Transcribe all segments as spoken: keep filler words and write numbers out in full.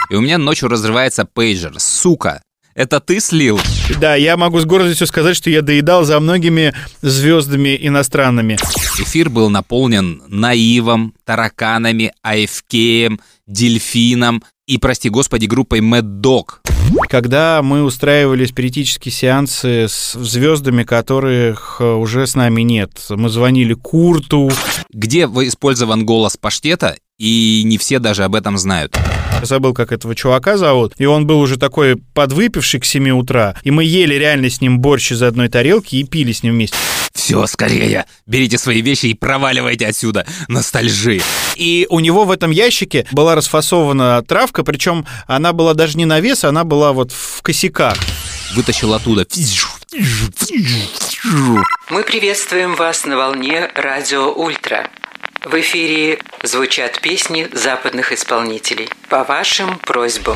и у меня ночью разрывается пейджер. Сука, это ты слил? Да, я могу с гордостью сказать, что я доедал за многими звездами иностранными. Эфир был наполнен наивом, тараканами, АФКем, дельфином и, прости господи, группой Mad Dog. Когда мы устраивали спиритические сеансы с звездами, которых уже с нами нет, мы звонили Курту. Где использован голос паштета, и не все даже об этом знают. Забыл, как этого чувака зовут, и он был уже такой подвыпивший к семи утра, и мы ели реально с ним борщ из одной тарелки и пили с ним вместе. Все, скорее, берите свои вещи и проваливайте отсюда, ностальжи. И у него в этом ящике была расфасована травка, причем она была даже не на вес, она была вот в косяках. Вытащил оттуда. Мы приветствуем вас на волне Радио Ультра. В эфире звучат песни западных исполнителей по вашим просьбам.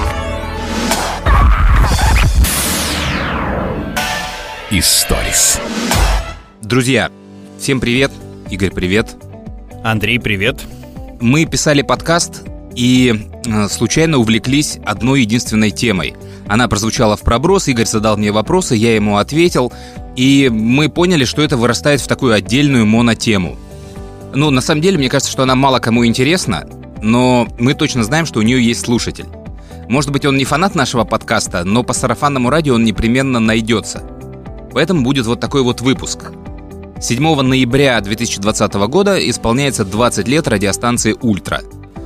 Историс. Друзья, всем привет. Игорь, привет. Андрей, привет. Мы писали подкаст и э, случайно увлеклись одной единственной темой. Она прозвучала в проброс, Игорь задал мне вопросы, я ему ответил, и мы поняли, что это вырастает в такую отдельную монотему. Ну, на самом деле, мне кажется, что она мало кому интересна, но мы точно знаем, что у нее есть слушатель. Может быть, он не фанат нашего подкаста, но по сарафанному радио он непременно найдется. Поэтому будет вот такой вот выпуск. седьмого ноября две тысячи двадцатого года исполняется двадцать лет радиостанции «Ультра».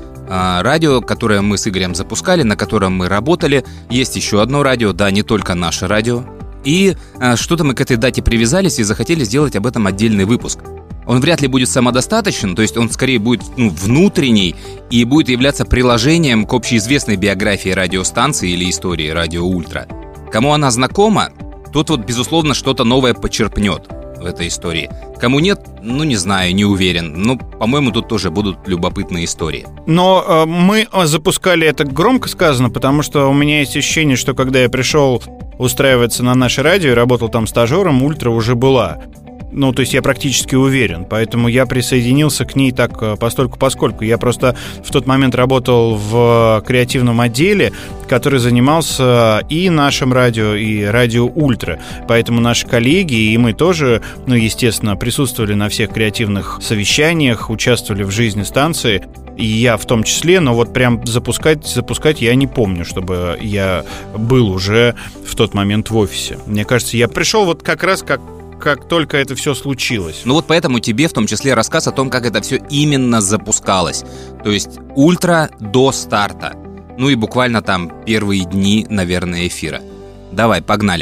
Радио, которое мы с Игорем запускали, на котором мы работали. Есть еще одно радио, да, не только наше радио. И что-то мы к этой дате привязались и захотели сделать об этом отдельный выпуск. Он вряд ли будет самодостаточен, то есть он скорее будет ну, внутренний и будет являться приложением к общеизвестной биографии радиостанции или истории радио «Ультра». Кому она знакома, тот вот, безусловно, что-то новое почерпнет в этой истории. Кому нет, ну, не знаю, не уверен. Ну, по-моему, тут тоже будут любопытные истории. Но э, мы запускали это громко сказано, потому что у меня есть ощущение, что когда я пришел устраиваться на наше радио и работал там стажером, «Ультра» уже была. Ну, то есть я практически уверен, поэтому я присоединился к ней так постольку-поскольку. Я просто в тот момент работал в креативном отделе, который занимался и нашим радио, и радио «Ультра». Поэтому наши коллеги и мы тоже, ну, естественно, присутствовали на всех креативных совещаниях, участвовали в жизни станции. И я в том числе, но вот прям запускать, запускать я не помню, чтобы я был уже в тот момент в офисе. Мне кажется, я пришел вот как раз как как только это все случилось. Ну вот поэтому тебе в том числе рассказ о том, как это все именно запускалось. То есть «Ультра» до старта. Ну и буквально там первые дни, наверное, эфира. Давай, погнали.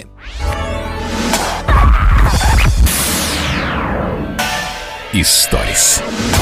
Историс.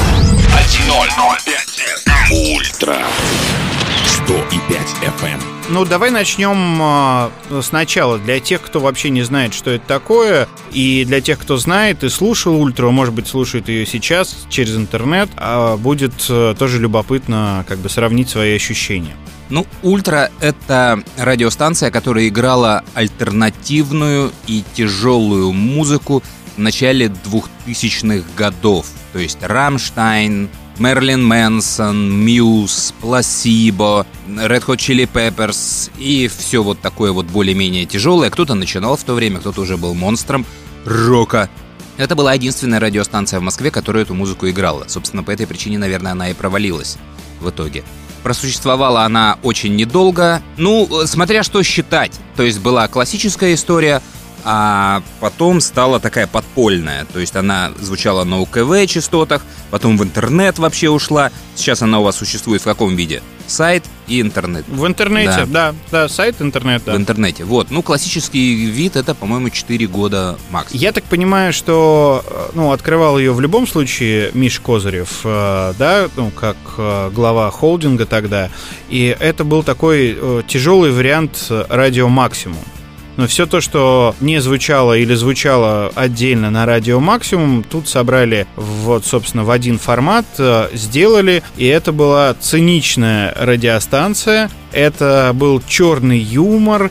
Ультра. сто и пять эф эм. Ну, давай начнем э, сначала. Для тех, кто вообще не знает, что это такое, и для тех, кто знает и слушал «Ультру», может быть, слушает ее сейчас через интернет, э, будет э, тоже любопытно как бы сравнить свои ощущения. Ну, «Ультра» — это радиостанция, которая играла альтернативную и тяжелую музыку в начале двухтысячных годов. То есть «Рамштайн», Мэрилин Мэнсон, Мьюз, Пласибо, Red Hot Chili Peppers и все вот такое вот более-менее тяжелое. Кто-то начинал в то время, кто-то уже был монстром рока. Это была единственная радиостанция в Москве, которая эту музыку играла. Собственно, по этой причине, наверное, она и провалилась в итоге. Просуществовала она очень недолго. Ну, смотря что считать. То есть была классическая история, а потом стала такая подпольная. То есть она звучала на У Ка Вэ частотах, потом в интернет вообще ушла. Сейчас она у вас существует в каком виде? Сайт и интернет. В интернете, да, да, да сайт, интернет, да. В интернете, вот. Ну, классический вид — это, по-моему, четыре года максимум. Я так понимаю, что, ну, открывал ее в любом случае Миша Козырев, да, ну, как глава холдинга тогда. И это был такой тяжелый вариант радио «Максимум». Но все то, что не звучало или звучало отдельно на радио «Максимум», тут собрали вот, собственно, в один формат, сделали, и это была циничная радиостанция. это был черный юмор,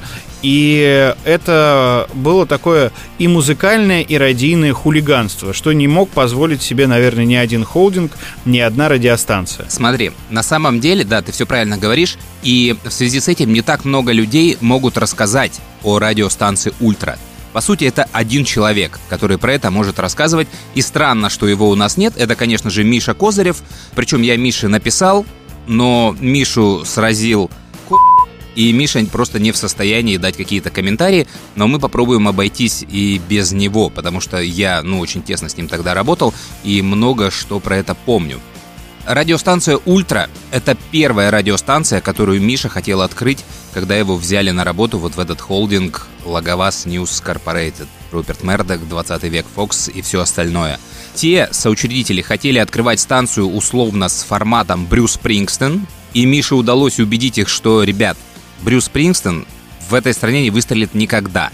и это было такое и музыкальное, и радийное хулиганство, что не мог позволить себе, наверное, ни один холдинг, ни одна радиостанция. Смотри, на самом деле, да, ты все правильно говоришь, и в связи с этим не так много людей могут рассказать о радиостанции «Ультра». По сути, это один человек, который про это может рассказывать, и странно, что его у нас нет. Это, конечно же, Миша Козырев, причем я Мише написал, но Мишу сразил ку... и Миша просто не в состоянии дать какие-то комментарии, но мы попробуем обойтись и без него, потому что я, ну, очень тесно с ним тогда работал и много что про это помню. Радиостанция «Ультра» — это первая радиостанция, которую Миша хотел открыть, когда его взяли на работу вот в этот холдинг Логоваз News Corporated, Руперт Мердок, двадцатый век Фокс и все остальное. Те соучредители хотели открывать станцию условно с форматом Брюс Спрингстин, и Мише удалось убедить их, что, ребят, Брюс Спрингстин в этой стране не выстрелит никогда.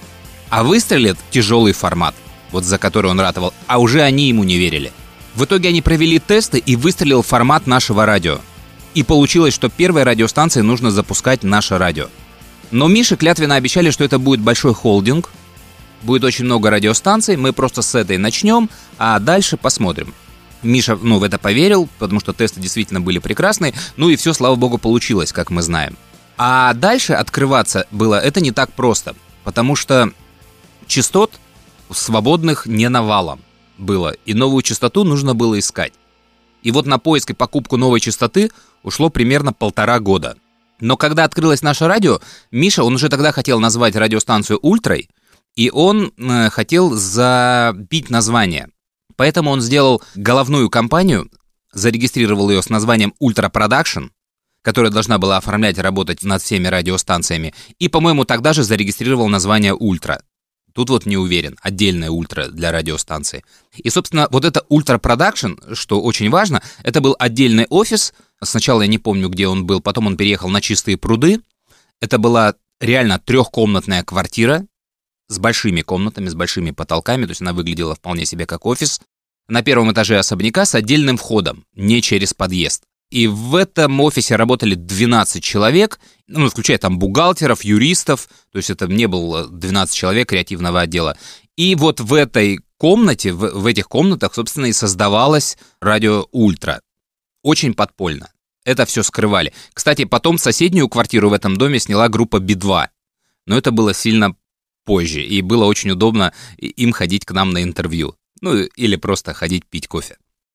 А выстрелит тяжелый формат, вот за который он ратовал, а уже они ему не верили. В итоге они провели тесты и выстрелил формат нашего радио. И получилось, что первой радиостанцией нужно запускать наше радио. Но Мише клятвенно обещали, что это будет большой холдинг, будет очень много радиостанций, мы просто с этой начнем, а дальше посмотрим. Миша, ну, в это поверил, потому что тесты действительно были прекрасные, ну и все, слава богу, получилось, как мы знаем. А дальше открываться было это не так просто, потому что частот свободных не навалом было, и новую частоту нужно было искать. И вот на поиск и покупку новой частоты ушло примерно полтора года. Но когда открылось наше радио, Миша, он уже тогда хотел назвать радиостанцию «Ультрой», и он э, хотел забить название. Поэтому он сделал головную компанию, зарегистрировал ее с названием «Ультра Продакшн», которая должна была оформлять и работать над всеми радиостанциями, и, по-моему, тогда же зарегистрировал название «Ультра». Тут вот не уверен, отдельная ультра для радиостанции. И, собственно, вот это Ультра Продакшн, что очень важно, это был отдельный офис. Сначала я не помню, где он был, потом он переехал на Чистые пруды. Это была реально трехкомнатная квартира с большими комнатами, с большими потолками, то есть она выглядела вполне себе как офис. На первом этаже особняка с отдельным входом, не через подъезд. И в этом офисе работали двенадцать человек, ну, включая там бухгалтеров, юристов, то есть это не было двенадцать человек креативного отдела. И вот в этой комнате, в, в этих комнатах, собственно, и создавалось радио «Ультра». Очень подпольно. Это все скрывали. Кстати, потом соседнюю квартиру в этом доме сняла группа би два, но это было сильно позже, и было очень удобно им ходить к нам на интервью, ну, или просто ходить пить кофе.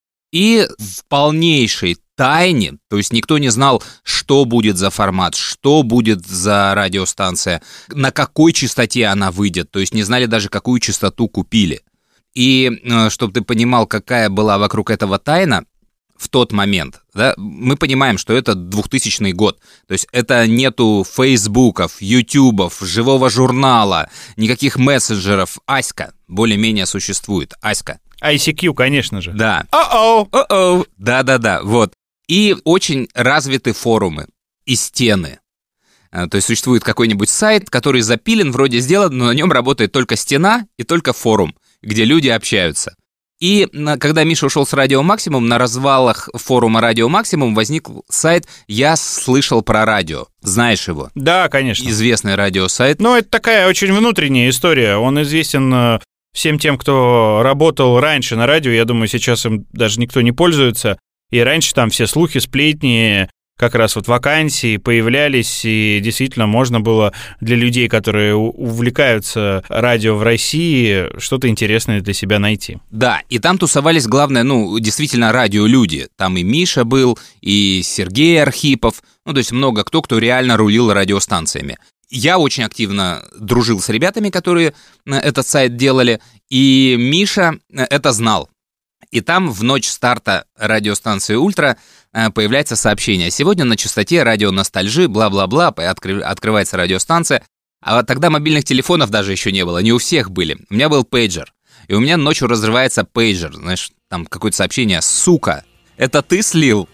И в полнейшей тайне, то есть никто не знал, что будет за формат, что будет за радиостанция, на какой частоте она выйдет, то есть не знали даже, какую частоту купили. И чтобы ты понимал, какая была вокруг этого тайна в тот момент, да, мы понимаем, что это двухтысячный год, то есть это нету фейсбуков, ютубов, живого журнала, никаких мессенджеров. Аська более-менее существует, Аська. ай си кью, конечно же. Да. О-оу! О-оу! Да-да-да, вот. И очень развиты форумы и стены. То есть существует какой-нибудь сайт, который запилен, вроде сделан, но на нем работает только стена и только форум, где люди общаются. И когда Миша ушел с Радио Максимум, на развалах форума Радио Максимум возник сайт «Я слышал про радио». Знаешь его? Да, конечно. Известный радиосайт. Но это такая очень внутренняя история. Он известен всем тем, кто работал раньше на радио. Я думаю, сейчас им даже никто не пользуется. И раньше там все слухи, сплетни, как раз вот вакансии появлялись, и действительно можно было для людей, которые увлекаются радио в России, что-то интересное для себя найти. Да, и там тусовались, главное, ну, действительно радиолюди. Там и Миша был, и Сергей Архипов, ну, то есть много кто, кто реально рулил радиостанциями. Я очень активно дружил с ребятами, которые этот сайт делали, и Миша это знал. И там в ночь старта радиостанции «Ультра» появляется сообщение. Сегодня на частоте радио «Ностальжи», бла-бла-бла, открывается радиостанция. А вот тогда мобильных телефонов даже еще не было, не у всех были. У меня был пейджер. И у меня ночью разрывается пейджер. Знаешь, там какое-то сообщение: «Сука, это ты слил?»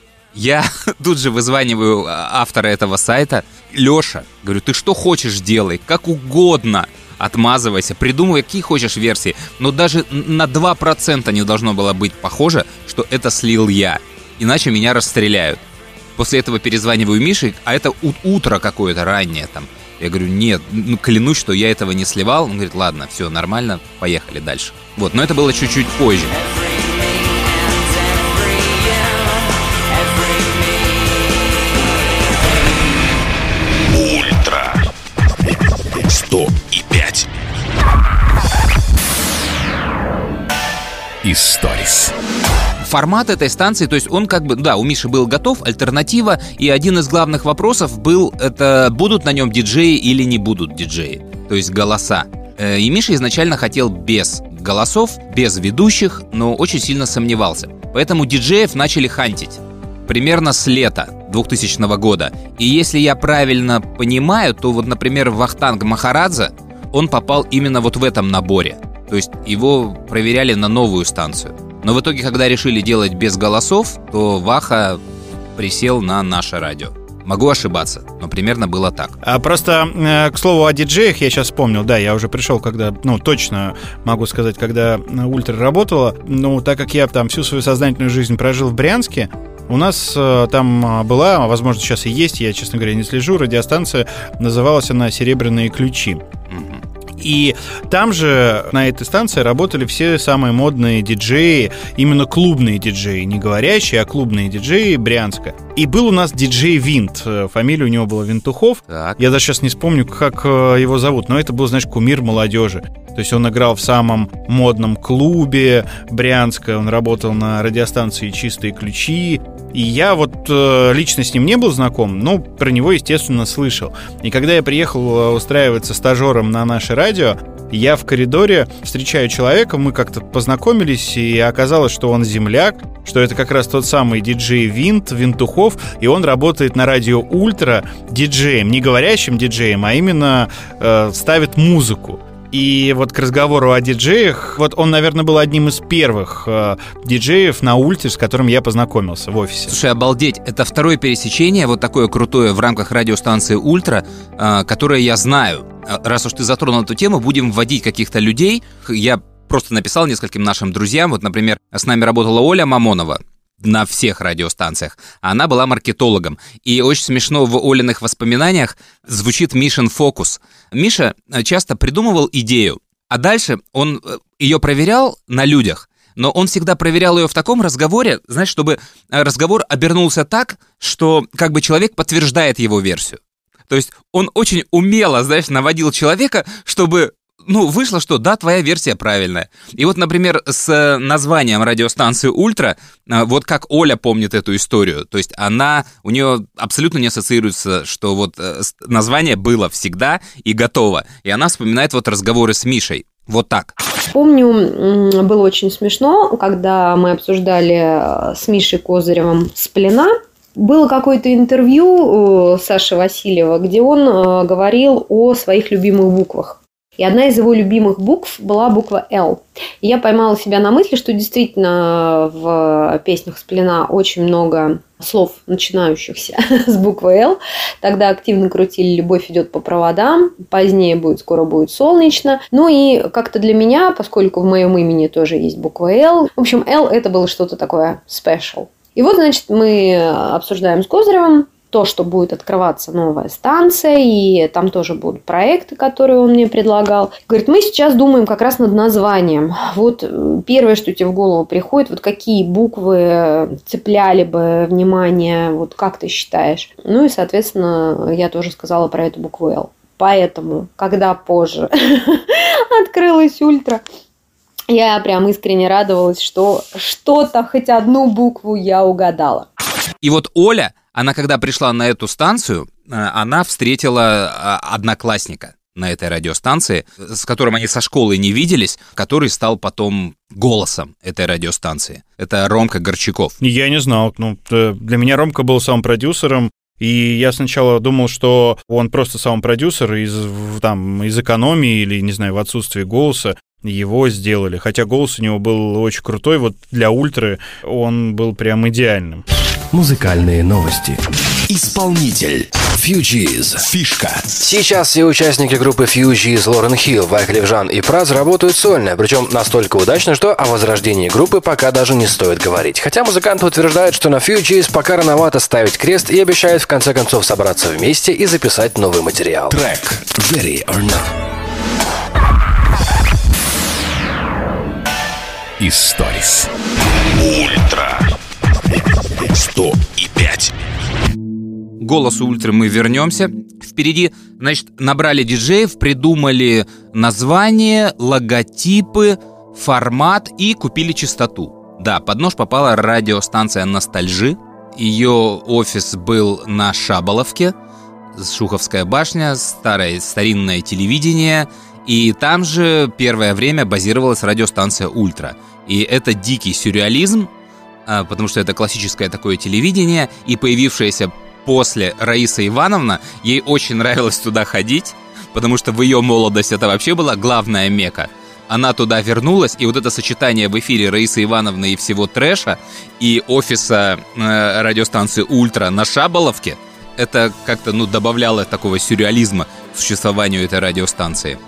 Я тут же вызваниваю автора этого сайта. «Леша, говорю, ты что хочешь делай, как угодно. Отмазывайся, придумывай, какие хочешь версии, но даже на два процента не должно было быть похоже, что это слил я, иначе меня расстреляют». После этого перезваниваю Мише, а это у- утро какое-то раннее там. Я говорю, нет, ну, клянусь, что я этого не сливал. Он говорит, ладно, все нормально, поехали дальше. Вот, но это было чуть-чуть позже. Ультра сто и пять. Историс. Формат этой станции, то есть он как бы, да, у Миши был готов, альтернатива, и один из главных вопросов был, это будут на нем диджеи или не будут диджеи, то есть голоса. И Миша изначально хотел без голосов, без ведущих, но очень сильно сомневался. Поэтому диджеев начали хантить примерно с лета двухтысячного года. И если я правильно понимаю, то вот, например, Вахтанг Махарадзе, он попал именно вот в этом наборе. То есть его проверяли на новую станцию. Но в итоге, когда решили делать без голосов, то Ваха присел на наше радио. Могу ошибаться, но примерно было так. А просто, э, к слову, о диджеях я сейчас вспомнил. Да, я уже пришел, когда, ну, точно могу сказать, когда Ультра работала. Ну, так как я там всю свою сознательную жизнь прожил в Брянске, у нас э, там была, возможно, сейчас и есть, я, честно говоря, не слежу, радиостанция, называлась она «Серебряные ключи». И там же на этой станции работали все самые модные диджеи, именно клубные диджеи, не говорящие, а клубные диджеи Брянска. И был у нас диджей Винт, фамилия у него была Винтухов. Так. Я даже сейчас не вспомню, как его зовут, но это был, знаешь, кумир молодежи. То есть он играл в самом модном клубе Брянска, он работал на радиостанции «Чистые ключи». И я вот э, лично с ним не был знаком, но про него, естественно, слышал. И когда я приехал устраиваться стажером на наше радио, я в коридоре встречаю человека, мы как-то познакомились, и оказалось, что он земляк, что это как раз тот самый диджей Винт, Винтухов, и он работает на радио Ультра диджеем, не говорящим диджеем, а именно э, ставит музыку. И вот к разговору о диджеях, вот он, наверное, был одним из первых э, диджеев на Ультре, с которым я познакомился в офисе. Слушай, обалдеть, это второе пересечение, вот такое крутое в рамках радиостанции «Ультра», э, которое я знаю. Раз уж ты затронул эту тему, будем вводить каких-то людей. Я просто написал нескольким нашим друзьям, вот, например, с нами работала Оля Мамонова на всех радиостанциях. Она была маркетологом. И очень смешно в Олиных воспоминаниях звучит Мишин фокус. Миша часто придумывал идею, а дальше он ее проверял на людях. Но он всегда проверял ее в таком разговоре, знаешь, чтобы разговор обернулся так, что как бы человек подтверждает его версию. То есть он очень умело, знаешь, наводил человека, чтобы... Ну, вышло, что да, твоя версия правильная. И вот, например, с названием радиостанции «Ультра», вот как Оля помнит эту историю, то есть она, у нее абсолютно не ассоциируется, что вот название было всегда и готово. И она вспоминает вот разговоры с Мишей. Вот так. Помню, было очень смешно, когда мы обсуждали с Мишей Козыревым «Сплина». Было какое-то интервью Саши Васильева, где он говорил о своих любимых буквах. И одна из его любимых букв была буква «Л». И я поймала себя на мысли, что действительно в песнях «Сплина» очень много слов, начинающихся с буквы «Л». Тогда активно крутили «Любовь идет по проводам», позднее будет «Скоро будет солнечно». Ну и как-то для меня, поскольку в моем имени тоже есть буква «Л», в общем, «Л» это было что-то такое special. И вот, значит, мы обсуждаем с Козыревым то, что будет открываться новая станция, и там тоже будут проекты, которые он мне предлагал. Говорит, мы сейчас думаем как раз над названием. Вот первое, что тебе в голову приходит, вот какие буквы цепляли бы внимание, вот как ты считаешь? Ну и, соответственно, я тоже сказала про эту букву «Л». Поэтому, когда позже открылась «Ультра», я прям искренне радовалась, что что-то, хоть одну букву я угадала. И вот Оля, она когда пришла на эту станцию, она встретила одноклассника на этой радиостанции, с которым они со школы не виделись, который стал потом голосом этой радиостанции. Это Ромка Горчаков. Я не знал. Ну, для меня Ромка был саунд-продюсером, и я сначала думал, что он просто саунд-продюсер из, там, из экономии или, не знаю, в отсутствии голоса его сделали. Хотя голос у него был очень крутой, вот для Ультры он был прям идеальным. Музыкальные новости. Исполнитель. Fugees. Фишка. Сейчас все участники группы Fugees Лорен Хилл, Wyclef Jean и Pras работают сольно, причем настолько удачно, что о возрождении группы пока даже не стоит говорить. Хотя музыканты утверждают, что на Fugees пока рановато ставить крест и обещают в конце концов собраться вместе и записать новый материал. Трек Ready or Not. Историс. Ультра. сто и пять. К голосу ультры мы вернемся. Впереди, значит, набрали диджеев, придумали название, логотипы, формат и купили частоту. Да, под нож попала радиостанция «Ностальжи». Ее офис был на Шаболовке, Шуховская башня, старое старинное телевидение. И там же первое время базировалась радиостанция «Ультра». И это дикий сюрреализм, потому что это классическое такое телевидение, и появившаяся после Раиса Ивановна, ей очень нравилось туда ходить, потому что в ее молодости это вообще была главная мекка. Она туда вернулась, и вот это сочетание в эфире Раисы Ивановны и всего трэша, и офиса э, радиостанции «Ультра» на Шаболовке, это как-то, ну, добавляло такого сюрреализма к существованию этой радиостанции.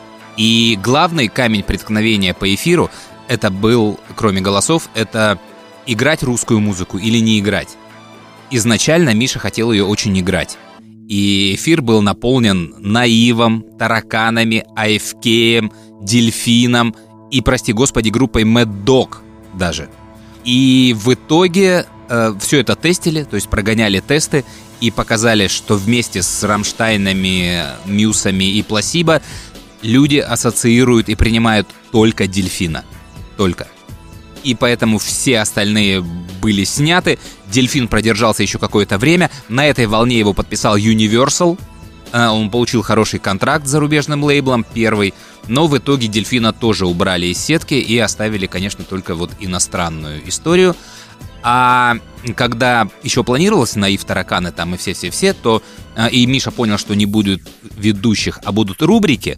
И главный камень преткновения по эфиру, это был, кроме голосов, это играть русскую музыку или не играть. Изначально Миша хотел ее очень играть. И эфир был наполнен наивом, тараканами, АФКем, дельфином и, прости господи, группой Mad Dog даже. И в итоге э, все это тестили, то есть прогоняли тесты и показали, что вместе с Рамштайнами, Мьюсами и Пласибо люди ассоциируют и принимают только дельфина. Только. И поэтому все остальные были сняты. Дельфин продержался еще какое-то время. На этой волне его подписал Universal. Он получил хороший контракт с зарубежным лейблом, первый. Но в итоге Дельфина тоже убрали из сетки и оставили, конечно, только вот иностранную историю. А когда еще планировалось «Наив, тараканы» там и все-все-все, то и Миша понял, что не будет ведущих, а будут рубрики,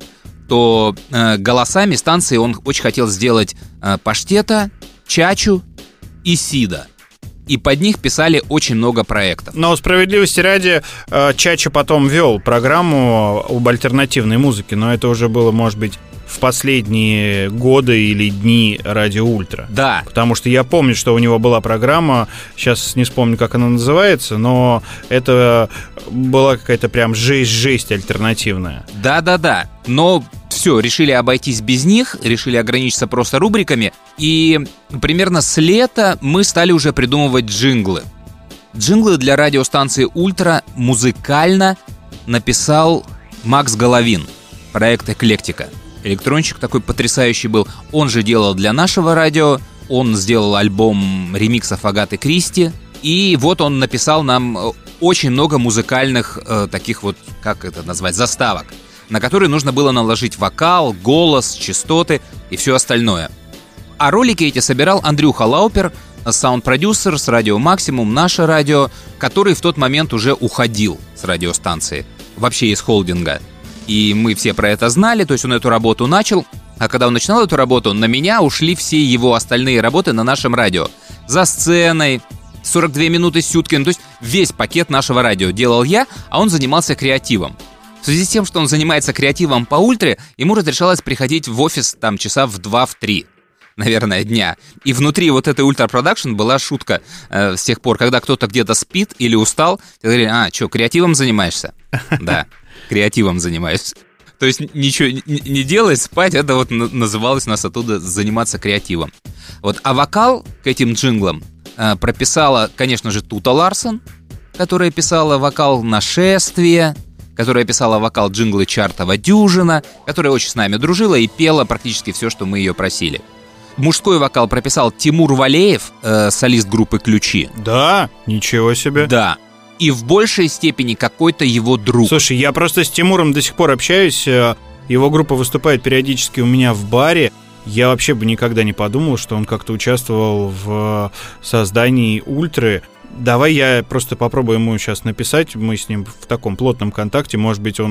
то э, голосами станции он очень хотел сделать э, Паштета, Чачу и Сида. И под них писали очень много проектов. Но справедливости ради, э, Чача потом вел программу об альтернативной музыке, но это уже было, может быть, в последние годы или дни Радио Ультра. Да. Потому что я помню, что у него была программа, сейчас не вспомню, как она называется, но это была какая-то прям жесть-жесть альтернативная. Да-да-да, но все, решили обойтись без них, решили ограничиться просто рубриками, и примерно с лета мы стали уже придумывать джинглы. Джинглы для радиостанции «Ультра» музыкально написал Макс Головин, проект «Эклектика». Электронщик такой потрясающий был. Он же делал для нашего радио. Он сделал альбом ремиксов Агаты Кристи. И вот он написал нам очень много музыкальных э, таких вот, как это назвать, заставок, на которые нужно было наложить вокал, голос, частоты и все остальное. А ролики эти собирал Андрюха Лаупер, саунд-продюсер с Радио Максимум, наше радио, который в тот момент уже уходил с радиостанции, вообще из холдинга. И мы все про это знали, то есть он эту работу начал, а когда он начинал эту работу, на меня ушли все его остальные работы на нашем радио. «За сценой», сорок две минуты с Сюткиным, то есть весь пакет нашего радио делал я, а он занимался креативом. В связи с тем, что он занимается креативом по Ультре, ему разрешалось приходить в офис там часа в два-три, наверное, дня. И внутри вот этой Ультра Продакшн была шутка э, с тех пор, когда кто-то где-то спит или устал, ты говоришь: а, что, креативом занимаешься? Да. Креативом занимаюсь. То есть ничего не делать, спать, это вот называлось у нас оттуда заниматься креативом. Вот, а вокал к этим джинглам э, прописала, конечно же, Тута Ларсон, которая писала вокал «Нашествие», которая писала вокал джинглы «Чартова дюжина», которая очень с нами дружила и пела практически все, что мы ее просили. Мужской вокал прописал Тимур Валеев, э, солист группы «Ключи». Да, ничего себе. Да. И в большей степени какой-то его друг. Слушай, я просто с Тимуром до сих пор общаюсь. Его группа выступает периодически у меня в баре. Я вообще бы никогда не подумал, что он как-то участвовал в создании Ультры. Давай я просто попробую ему сейчас написать. Мы с ним в таком плотном контакте. Может быть, он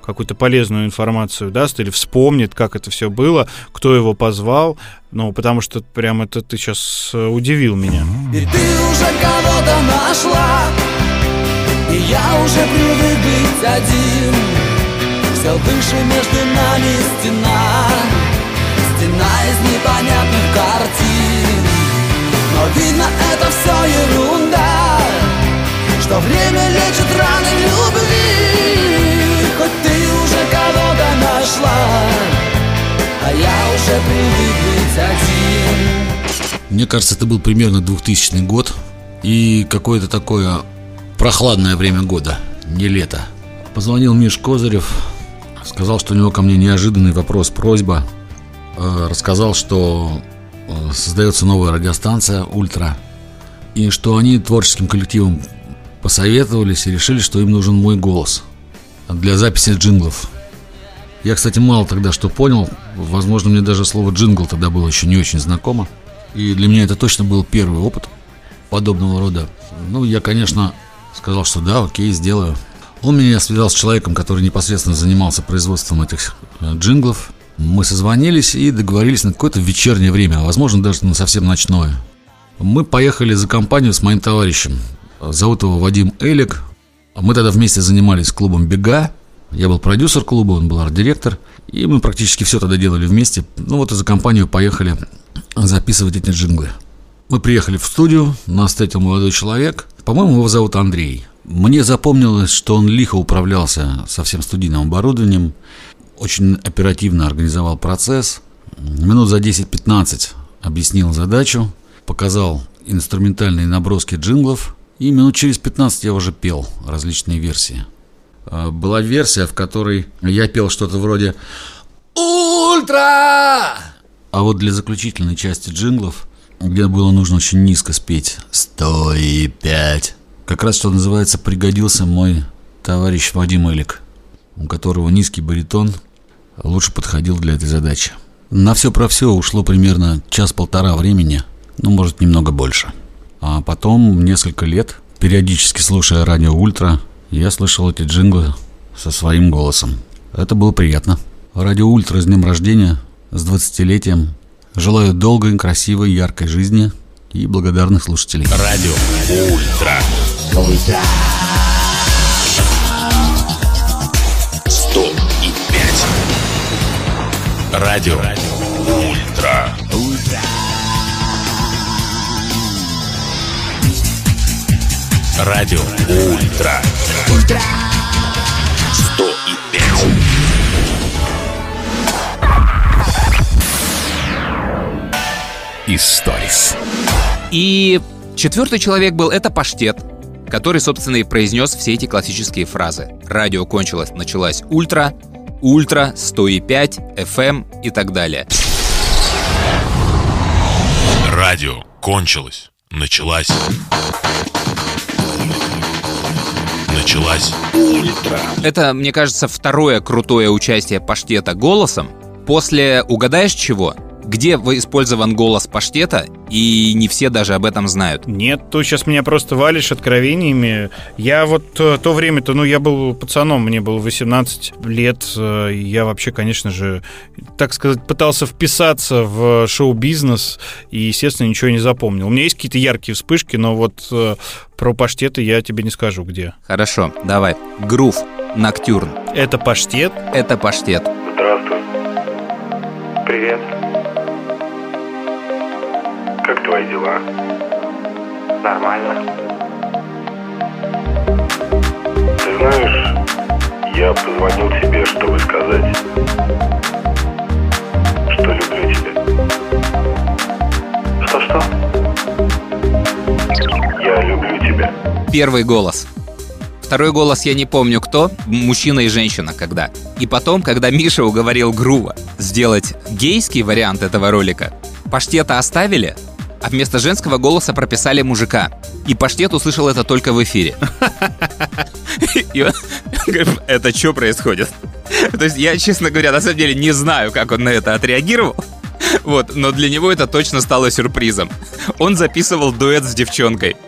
какую-то полезную информацию даст или вспомнит, как это все было, кто его позвал. Ну, потому что прям это ты сейчас удивил меня. И ты уже кого-то нашла, и я уже привык быть один. Все выше между нами стена, стена из непонятных картин. Но видно, это все ерунда, что время лечит раны любви. Хоть ты уже кого-то нашла, а я уже привык быть один. Мне кажется, это был примерно двухтысячный год и какое-то такое прохладное время года, не лето. Позвонил Миш Козырев, сказал, что у него ко мне неожиданный вопрос, просьба. Рассказал, что создается новая радиостанция «Ультра», и что они творческим коллективом посоветовались и решили, что им нужен мой голос для записи джинглов. Я, кстати, мало тогда что понял. Возможно, мне даже слово «джингл» тогда было еще не очень знакомо. И для меня это точно был первый опыт подобного рода. Ну, я, конечно, сказал, что да, окей, сделаю. Он меня связал с человеком, который непосредственно занимался производством этих джинглов. Мы созвонились и договорились на какое-то вечернее время, а возможно, даже на совсем ночное. Мы поехали за компанию с моим товарищем. Зовут его Вадим Элик. Мы тогда вместе занимались клубом «Бега». Я был продюсер клуба, он был арт-директор. И мы практически все тогда делали вместе. Ну вот и за компанию поехали записывать эти джинглы. Мы приехали в студию, нас встретил молодой человек. По-моему, его зовут Андрей. Мне запомнилось, что он лихо управлялся со всем студийным оборудованием. Очень оперативно организовал процесс. Минут за десять-пятнадцать объяснил задачу, показал инструментальные наброски джинглов. И минут через пятнадцать я уже пел различные версии. Была версия, в которой я пел что-то вроде «Ультра!». А вот для заключительной части джинглов, где было нужно очень низко спеть «сто пять», как раз, что называется, пригодился мой товарищ Вадим Элик, у которого низкий баритон лучше подходил для этой задачи. На все про все ушло примерно час-полтора времени, ну, может, немного больше. А потом, несколько лет, периодически слушая радио «Ультра», я слышал эти джинглы со своим голосом. Это было приятно. Радио «Ультра» с днем рождения, с двадцатилетием. Желаю долгой, красивой, яркой жизни и благодарных слушателей. Радио «Ультра». сто и пять. Радио «Ультра». Радио «Ультра». сто и пять. Историс. И четвертый человек был, это Паштет, который, собственно, и произнес все эти классические фразы. Радио кончилось, началась «Ультра», «Ультра», сто и пять, эф эм и так далее. Радио кончилось, началась... Началась «Ультра». Это, мне кажется, второе крутое участие Паштета голосом. После «Угадаешь чего?», где использован голос Паштета, и не все даже об этом знают. Нет, ты сейчас меня просто валишь откровениями. Я вот то время-то, ну, я был пацаном, мне было восемнадцать лет. Я вообще, конечно же, так сказать, пытался вписаться в шоу-бизнес и, естественно, ничего не запомнил. У меня есть какие-то яркие вспышки, но вот про Паштета я тебе не скажу, где. Хорошо, давай. Грув, Ноктюрн. Это Паштет? Это Паштет. Здравствуй. Привет. Как твои дела? Нормально. Ты знаешь, я позвонил тебе, чтобы сказать, что люблю тебя. Что-что? Я люблю тебя. Первый голос. Второй голос я не помню кто, мужчина и женщина когда. И потом, когда Миша уговорил Грува сделать гейский вариант этого ролика, Паштета оставили, а вместо женского голоса прописали мужика. И Паштет услышал это только в эфире. И он говорит, это что происходит? То есть я, честно говоря, на самом деле не знаю, как он на это отреагировал. Вот, но для него это точно стало сюрпризом. Он записывал дуэт с девчонкой.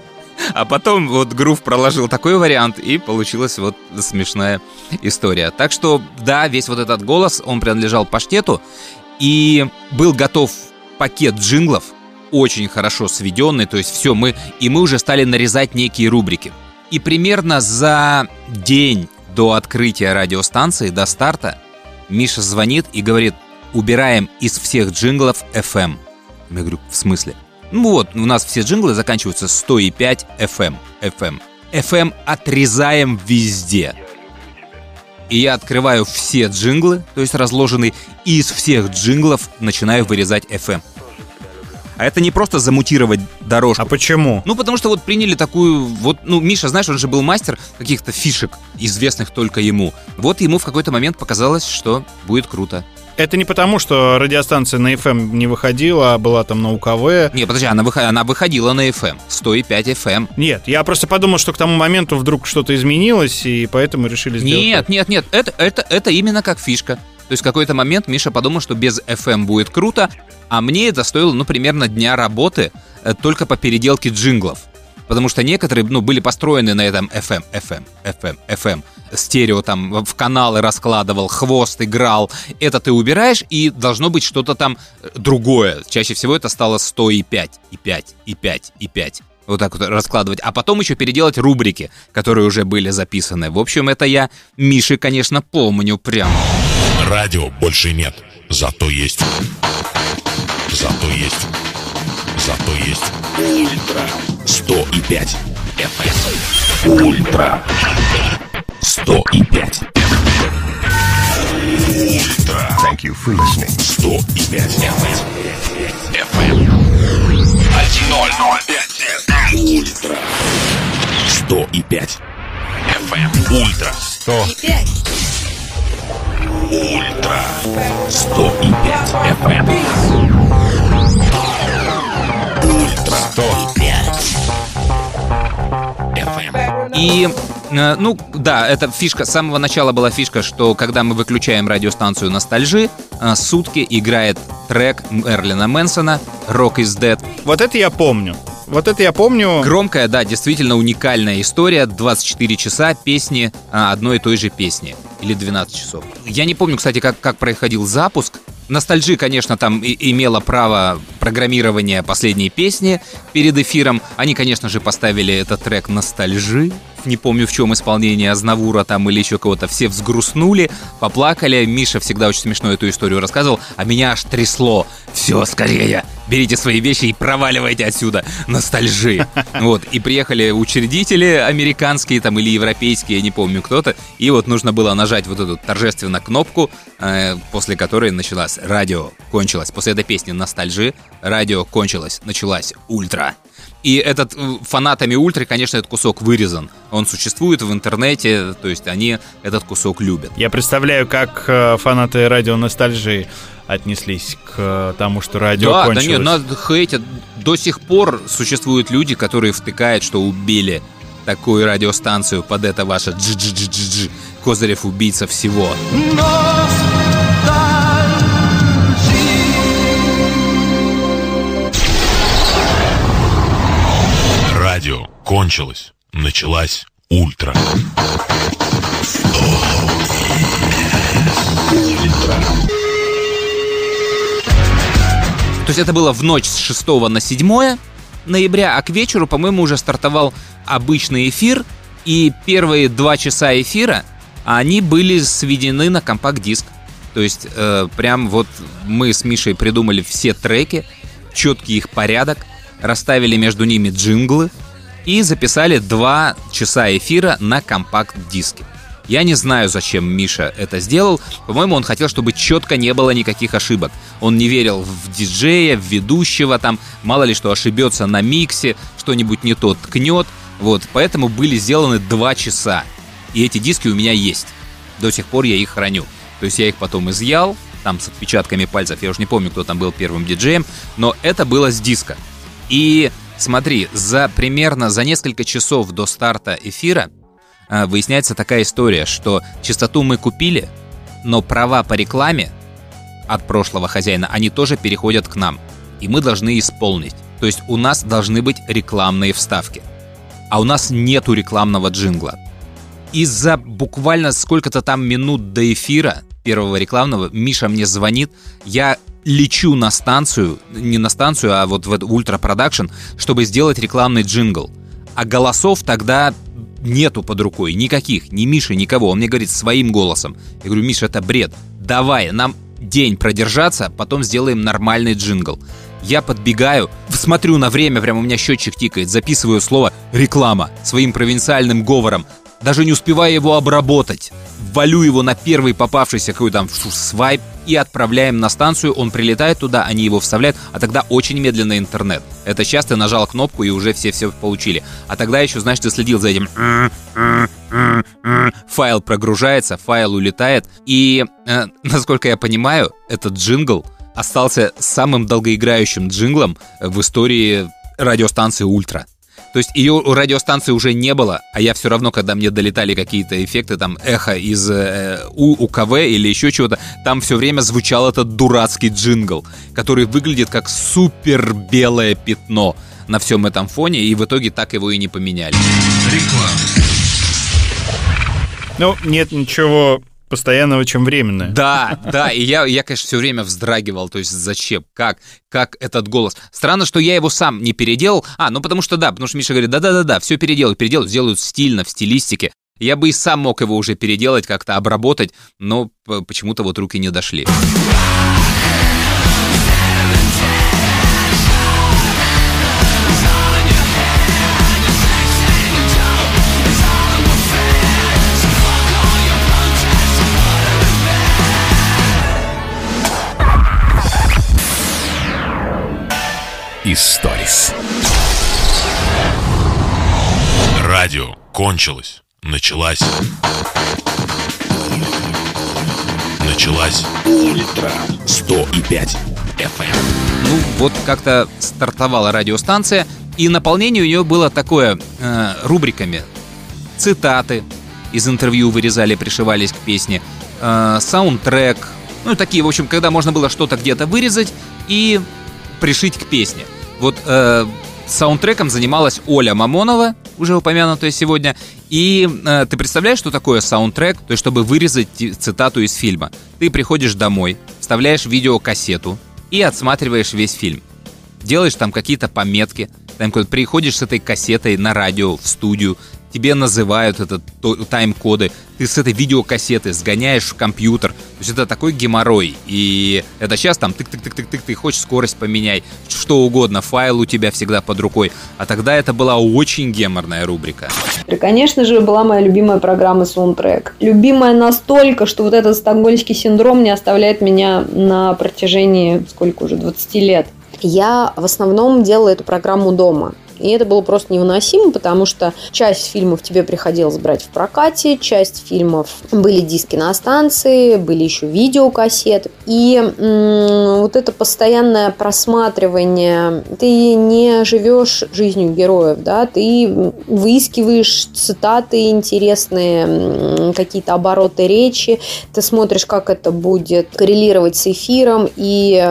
А потом вот Грув проложил такой вариант, и получилась вот смешная история. Так что, да, весь вот этот голос, он принадлежал Паштету, и был готов пакет джинглов, очень хорошо сведенный, то есть все, мы, и мы уже стали нарезать некие рубрики. И примерно за день до открытия радиостанции, до старта, Миша звонит и говорит: убираем из всех джинглов эф эм. Я говорю: в смысле? Ну вот, у нас все джинглы заканчиваются сто пять эф эм. эф эм. эф эм отрезаем везде. И я открываю все джинглы, то есть разложенные, и из всех джинглов начинаю вырезать эф эм. А это не просто замутировать дорожку. А почему? Ну, потому что вот приняли такую... Вот, ну, Миша, знаешь, он же был мастер каких-то фишек, известных только ему. Вот ему в какой-то момент показалось, что будет круто. Это не потому, что радиостанция на эф эм не выходила, а была там на УКВ. Не, подожди, она, выход... она выходила на эф эм, сто пять эф эм. Нет, я просто подумал, что к тому моменту вдруг что-то изменилось, и поэтому решили сделать... Нет, так. нет, нет, это, это, это именно как фишка. То есть в какой-то момент Миша подумал, что без эф эм будет круто, а мне это стоило, ну, примерно дня работы э, только по переделке джинглов. Потому что некоторые, ну, были построены на этом эф эм, эф эм, эф эм, эф эм. Стерео там в каналы раскладывал, хвост играл. Это ты убираешь, и должно быть что-то там другое. Чаще всего это стало сто пять, и пять, и пять, и пять. Вот так вот раскладывать. А потом еще переделать рубрики, которые уже были записаны. В общем, это я Миши, конечно, помню прям. Радио больше нет, зато есть. Зато есть. Зато есть Ультра сто пять эф эм. Ультра сто пять. Ультра. Thank you for listening. сто пять эф эм. ноль ноль пять. Ультра сто пять эф эм. Ультра сто пять. Ультра сто пять эф эм. Ультра сто пять эф эм. И, э, ну, да, это фишка, с самого начала была фишка, что когда мы выключаем радиостанцию «Ностальжи», э, сутки играет трек Мерлина Мэнсона «Rock is Dead». Вот это я помню. Вот это я помню. Громкая, да, действительно уникальная история. двадцать четыре часа песни одной и той же песни. Или двенадцать часов. Я не помню, кстати, как, как происходил запуск. Ностальжи, конечно, там и, имела право программирования последней песни перед эфиром. Они, конечно же, поставили этот трек «Ностальжи». Не помню, в чем исполнение Азнавура там или еще кого-то. Все взгрустнули, поплакали. Миша всегда очень смешно эту историю рассказывал, а меня аж трясло. Все, скорее, берите свои вещи и проваливайте отсюда. Ностальжи. Вот, и приехали учредители американские там или европейские, я не помню кто-то. И вот нужно было нажать вот эту торжественно кнопку, э, после которой началась радио, кончилось. После этой песни «Ностальжи» радио кончилось, началась «Ультра». И этот, фанатами «Ультры», конечно, этот кусок вырезан. Он существует в интернете, то есть они этот кусок любят. Я представляю, как фанаты радио «Ностальжи» отнеслись к тому, что радио да, кончилось. Да, нет, нас хейтят. До сих пор существуют люди, которые втыкают, что убили такую радиостанцию под это ваше дж-дж-дж-дж. Козырев убийца всего. Радио кончилось, началась Ультра. Ультра. То есть это было в ночь с шестого на седьмое ноября, а к вечеру, по-моему, уже стартовал обычный эфир, и первые два часа эфира, они были сведены на компакт-диск. То есть э, прям вот мы с Мишей придумали все треки, четкий их порядок, расставили между ними джинглы и записали два часа эфира на компакт-диске. Я не знаю, зачем Миша это сделал. По-моему, он хотел, чтобы четко не было никаких ошибок. Он не верил в диджея, в ведущего, там, мало ли что ошибется на миксе, что-нибудь не то ткнет. Вот, поэтому были сделаны два часа. И эти диски у меня есть. До сих пор я их храню. То есть я их потом изъял, там с отпечатками пальцев. Я уже не помню, кто там был первым диджеем, но это было с диска. И смотри, за примерно за несколько часов до старта эфира э, выясняется такая история, что частоту мы купили, но права по рекламе от прошлого хозяина, они тоже переходят к нам. И мы должны исполнить. То есть у нас должны быть рекламные вставки. а у нас нету рекламного джингла. И за буквально сколько-то там минут до эфира первого рекламного Миша мне звонит, я лечу на станцию, не на станцию, а вот в Ультра Продакшн, чтобы сделать рекламный джингл. А голосов тогда нету под рукой, никаких, ни Миши, никого. Он мне говорит своим голосом. Я говорю: Миша, это бред, давай, нам день продержаться, потом сделаем нормальный джингл. Я подбегаю, смотрю на время, прям у меня счетчик тикает, записываю слово «реклама» своим провинциальным говором, даже не успевая его обработать. Валю его на первый попавшийся какой-то там свайп и отправляем на станцию, он прилетает туда, они его вставляют, а тогда очень медленный интернет. Это сейчас ты нажал кнопку и уже все все получили. А тогда еще, знаешь, ты следил за этим. Файл прогружается, файл улетает. И, э, насколько я понимаю, этот джингл остался самым долгоиграющим джинглом в истории радиостанции «Ультра». То есть ее у радиостанции уже не было, а я все равно, когда мне долетали какие-то эффекты, там, эхо из э, УКВ или еще чего-то, там все время звучал этот дурацкий джингл, который выглядит как супер белое пятно на всем этом фоне, и в итоге так его и не поменяли. Реклама. Ну, нет ничего постоянного, чем временное. Да, да, и я, я, конечно, все время вздрагивал, то есть зачем, как, как этот голос. Странно, что я его сам не переделал. А, ну потому что да, потому что Миша говорит, да-да-да, все переделают, переделают, сделают стильно, в стилистике. Я бы и сам мог его уже переделать, как-то обработать, но почему-то вот руки не дошли. Историс. Радио кончилось. Началась. Началась Ультра сто и пять эф эм. Ну, вот как-то стартовала радиостанция, и наполнение у нее было такое, э, рубриками. Цитаты из интервью вырезали, пришивались к песне, э, саундтрек. Ну, такие, в общем, когда можно было что-то где-то вырезать и пришить к песне. Вот э, саундтреком занималась Оля Мамонова, уже упомянутая сегодня. И э, ты представляешь, что такое саундтрек? То есть, чтобы вырезать цитату из фильма. Ты приходишь домой, вставляешь видеокассету и отсматриваешь весь фильм. Делаешь там какие-то пометки. Там, приходишь с этой кассетой на радио, в студию. Тебе называют это тайм-коды. Ты с этой видеокассеты сгоняешь в компьютер. То есть это такой геморрой. И это сейчас там тык-тык-тык-тык-тык, ты хочешь скорость поменяй, что угодно, файл у тебя всегда под рукой. А тогда это была очень геморная рубрика. И, конечно же, была моя любимая программа «Саундтрек». Любимая настолько, что вот этот стокгольмский синдром не оставляет меня на протяжении, сколько уже, двадцати лет. Я в основном делала эту программу дома. И это было просто невыносимо, потому что часть фильмов тебе приходилось брать в прокате, часть фильмов были диски на станции, были еще видеокассеты. И м- вот это постоянное просматривание, ты не живешь жизнью героев, да, ты выискиваешь цитаты интересные, какие-то обороты речи, ты смотришь, как это будет коррелировать с эфиром, и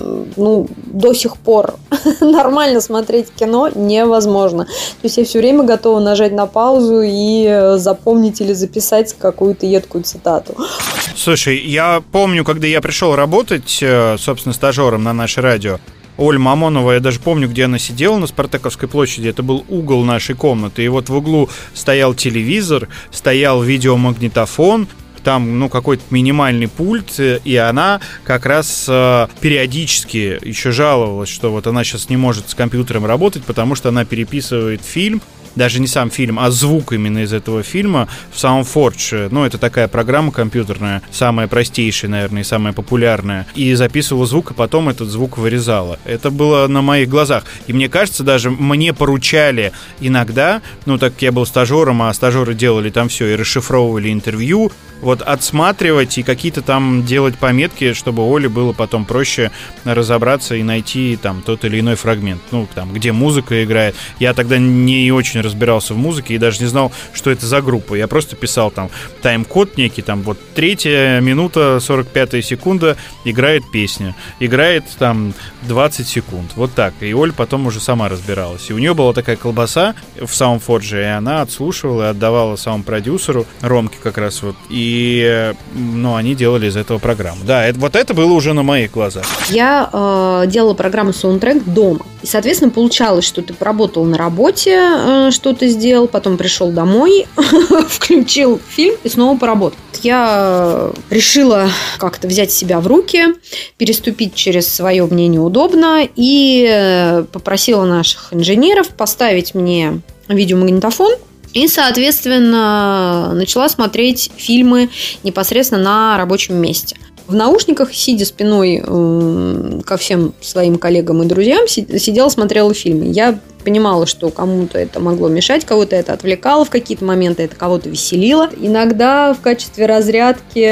ну, до сих пор нормально смотреть кино не невозможно. То есть я все время готова нажать на паузу и запомнить или записать какую-то едкую цитату. Слушай, я помню, когда я пришел работать, собственно, стажером на наше радио, Оля Мамонова, я даже помню, где она сидела на Спартаковской площади, это был угол нашей комнаты, и вот в углу стоял телевизор, стоял видеомагнитофон, там, ну, какой-то минимальный пульт, и она как раз э, периодически еще жаловалась, что вот она сейчас не может с компьютером работать, потому что она переписывает фильм, даже не сам фильм, а звук именно из этого фильма в SoundForge. Ну, это такая программа компьютерная, самая простейшая, наверное, и самая популярная. И записывала звук, а потом этот звук вырезала. Это было на моих глазах. И мне кажется, даже мне поручали иногда, ну, так как я был стажером, а стажеры делали там все, и расшифровывали интервью, вот отсматривать и какие-то там делать пометки, чтобы Оле было потом проще разобраться и найти там тот или иной фрагмент, ну, там, где музыка играет. Я тогда не очень разбирался в музыке и даже не знал, что это за группа. Я просто писал там тайм-код некий, там, вот третья минута, сорок пятая секунда, играет песня. Играет там двадцать секунд. Вот так. И Оля потом уже сама разбиралась. И у нее была такая колбаса в Soundforge, и она отслушивала и отдавала саунд-продюсеру, Ромке как раз вот. И, ну, они делали из этого программу. Да, это, вот это было уже на моих глазах. Я э, делала программу саундтрек дома. И, соответственно, получалось, что ты поработал на работе, э, что-то сделал, потом пришел домой, включил фильм и снова поработал. Я решила как-то взять себя в руки, переступить через свое мнение удобно и попросила наших инженеров поставить мне видеомагнитофон. И, соответственно, начала смотреть фильмы непосредственно на рабочем месте. В наушниках, сидя спиной э, ко всем своим коллегам и друзьям, сидела, смотрела фильмы. Я понимала, что кому-то это могло мешать, кого-то это отвлекало в какие-то моменты, это кого-то веселило. Иногда в качестве разрядки,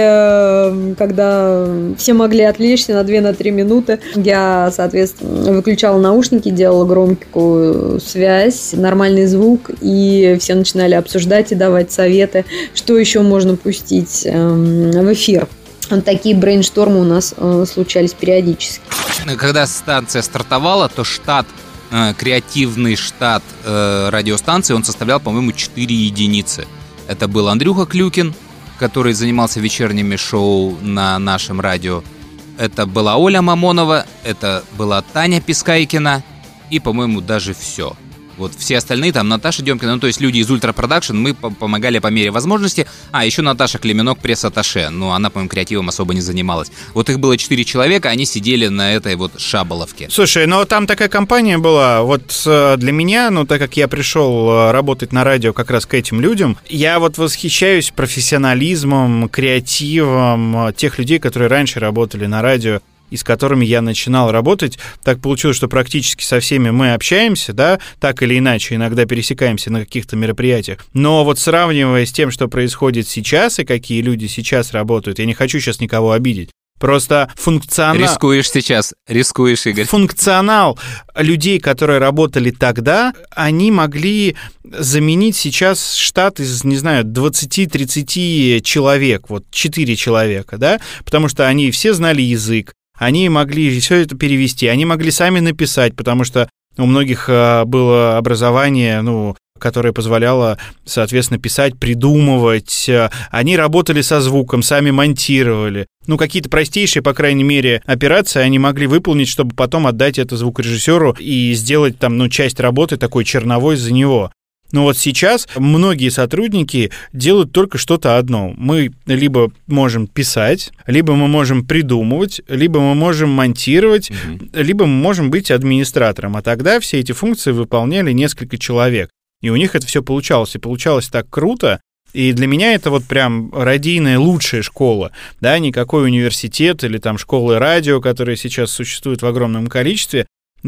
э, когда все могли отвлечься на две-три минуты, я, соответственно, выключала наушники, делала громкую связь, нормальный звук, и все начинали обсуждать и давать советы, что еще можно пустить э, в эфир. Вот такие брейнштормы у нас э, случались периодически. Когда станция стартовала, то штат, э, креативный штат э, радиостанции, он составлял, по-моему, четыре единицы. Это был Андрюха Клюкин, который занимался вечерними шоу на нашем радио. Это была Оля Мамонова, это была Таня Пискайкина и, по-моему, даже все. Вот все остальные, там Наташа Демкина, ну то есть люди из Ультра Продакшн, мы помогали по мере возможности. А, еще Наташа Клименок, пресс-атташе, но она, по-моему, креативом особо не занималась. Вот их было четыре человека, они сидели на этой вот шаболовке. Слушай, ну там такая компания была, вот для меня, ну так как я пришел работать на радио как раз к этим людям, я вот восхищаюсь профессионализмом, креативом тех людей, которые раньше работали на радио, и с которыми я начинал работать. Так получилось, что практически со всеми мы общаемся, да, так или иначе, иногда пересекаемся на каких-то мероприятиях. Но вот сравнивая с тем, что происходит сейчас и какие люди сейчас работают, я не хочу сейчас никого обидеть. Просто функционал... Рискуешь сейчас, рискуешь, Игорь. Функционал людей, которые работали тогда, они могли заменить сейчас штат из, не знаю, двадцать-тридцать человек, вот четыре человека, да, потому что они все знали язык, они могли все это перевести, они могли сами написать, потому что у многих было образование, ну, которое позволяло, соответственно, писать, придумывать. Они работали со звуком, сами монтировали. Ну, какие-то простейшие, по крайней мере, операции они могли выполнить, чтобы потом отдать это звукорежиссеру и сделать там, ну, часть работы такой черновой за него. Но вот сейчас многие сотрудники делают только что-то одно. Мы либо можем писать, либо мы можем придумывать, либо мы можем монтировать, mm-hmm. либо мы можем быть администратором. А тогда все эти функции выполняли несколько человек. И у них это все получалось. И получалось так круто. И для меня это вот прям радийная лучшая школа. Да, никакой университет или там школы радио, которые сейчас существуют в огромном количестве,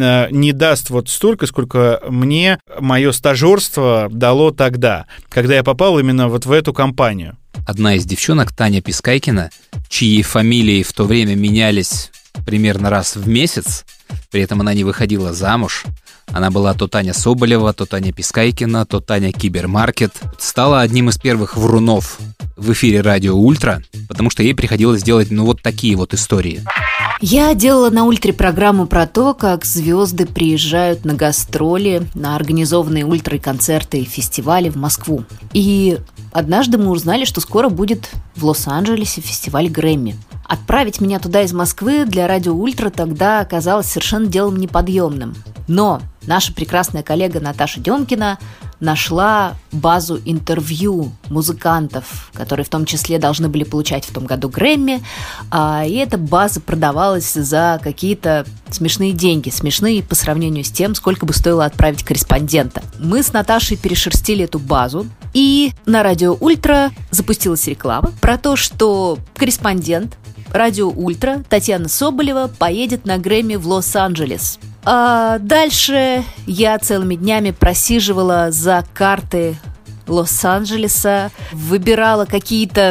не даст вот столько, сколько мне мое стажерство дало тогда, когда я попал именно вот в эту компанию. Одна из девчонок, Таня Пискайкина, чьи фамилии в то время менялись примерно раз в месяц, при этом она не выходила замуж. Она была то Таня Соболева, то Таня Пискайкина, то Таня Кибермаркет. Стала одним из первых врунов в эфире радио Ультра, потому что ей приходилось делать, ну, вот такие вот истории. Я делала на Ультре программу про то, как звезды приезжают на гастроли, на организованные Ультрой концерты и фестивали в Москву. И однажды мы узнали, что скоро будет в Лос-Анджелесе фестиваль Грэмми. Отправить меня туда из Москвы для радио Ультра тогда оказалось совершенно делом неподъемным. Но наша прекрасная коллега Наташа Демкина нашла базу интервью музыкантов, которые в том числе должны были получать в том году Грэмми, и эта база продавалась за какие-то смешные деньги, смешные по сравнению с тем, сколько бы стоило отправить корреспондента. Мы с Наташей перешерстили эту базу, и на радио Ультра запустилась реклама про то, что корреспондент радио Ультра Татьяна Соболева поедет на Грэмми в Лос-Анджелес. А дальше я целыми днями просиживала за карты Лос-Анджелеса, выбирала какие-то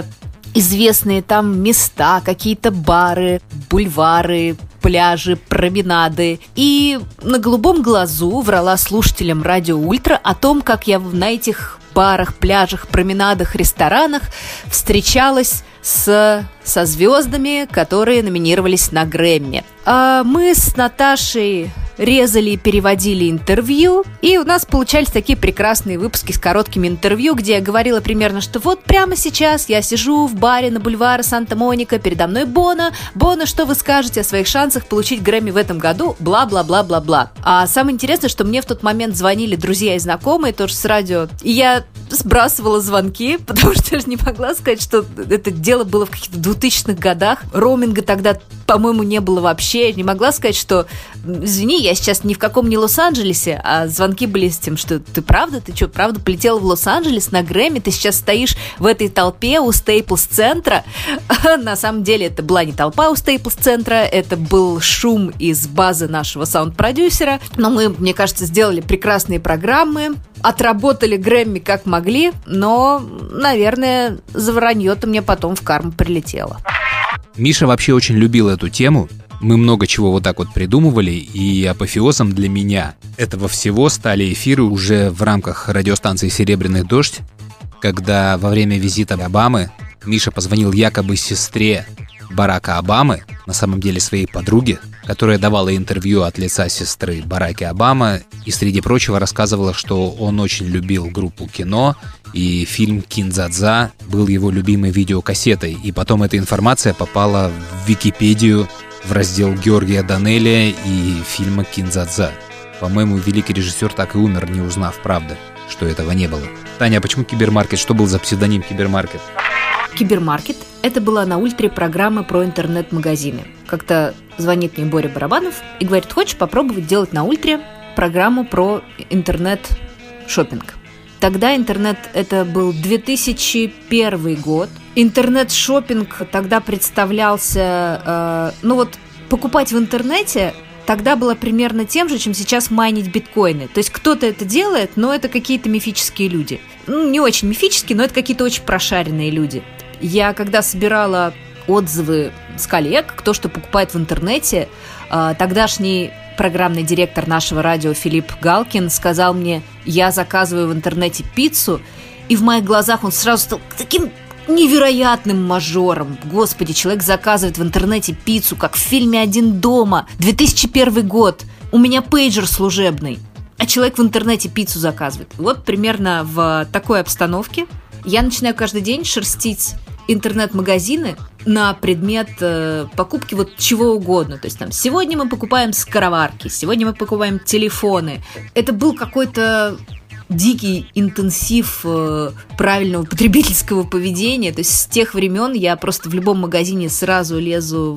известные там места, какие-то бары, бульвары, пляжи, променады. И на голубом глазу врала слушателям Радио Ультра о том, как я на этих барах, пляжах, променадах, ресторанах встречалась с, со звездами, которые номинировались на Грэмми. А мы с Наташей резали и переводили интервью, и у нас получались такие прекрасные выпуски с короткими интервью, где я говорила примерно, что вот прямо сейчас я сижу в баре на бульваре Санта-Моника, передо мной Боно. Боно, что вы скажете о своих шансах получить Грэмми в этом году? Бла-бла-бла-бла-бла. А самое интересное, что мне в тот момент звонили друзья и знакомые, тоже с радио, и я сбрасывала звонки, потому что я же не могла сказать, что это дело было в каких-то двухтысячных годах. Роуминга тогда, по-моему, не было вообще. Я не могла сказать, что, извини, я сейчас ни в каком не Лос-Анджелесе, а звонки были с тем, что ты правда, ты что, правда полетела в Лос-Анджелес на Грэмми, ты сейчас стоишь в этой толпе у Стейплс-центра. На самом деле это была не толпа у Стейплс-центра, это был шум из базы нашего саунд-продюсера. Но мы, мне кажется, сделали прекрасные программы, отработали Грэмми как могли, но, наверное, за вранье-то мне потом в карму прилетело. Миша вообще очень любил эту тему. Мы много чего вот так вот придумывали, и апофеозом для меня этого всего стали эфиры уже в рамках радиостанции «Серебряный дождь», когда во время визита Обамы Миша позвонил якобы сестре Барака Обамы, на самом деле своей подруге, которая давала интервью от лица сестры Бараки Обамы и, среди прочего, рассказывала, что он очень любил группу «Кино», и фильм «Кин-дза-дза» был его любимой видеокассетой. И потом эта информация попала в Википедию в раздел Георгия Данелия и фильма «Кин-дза-дза». По-моему, великий режиссер так и умер, не узнав правды, что этого не было. Таня, а почему Кибермаркет? Что был за псевдоним Кибермаркет? Кибермаркет – это была на Ультре программа про интернет-магазины. Как-то звонит мне Боря Барабанов и говорит: хочешь попробовать делать на Ультре программу про интернет-шоппинг? Тогда интернет – это был две тысячи первый год. Интернет-шоппинг тогда представлялся, э, ну вот, покупать в интернете тогда было примерно тем же, чем сейчас майнить биткоины. То есть кто-то это делает, но это какие-то мифические люди. Ну, не очень мифические, но это какие-то очень прошаренные люди. Я когда собирала отзывы с коллег, кто что покупает в интернете, э, тогдашний программный директор нашего радио Филипп Галкин сказал мне: я заказываю в интернете пиццу, и в моих глазах он сразу стал таким невероятным мажором. Господи, человек заказывает в интернете пиццу, как в фильме «Один дома», две тысячи первый год, у меня пейджер служебный, а человек в интернете пиццу заказывает. Вот примерно в такой обстановке я начинаю каждый день шерстить интернет-магазины на предмет э, покупки вот чего угодно. То есть там сегодня мы покупаем скороварки, сегодня мы покупаем телефоны. Это был какой-то дикий интенсив э, правильного потребительского поведения. То есть с тех времен я просто в любом магазине сразу лезу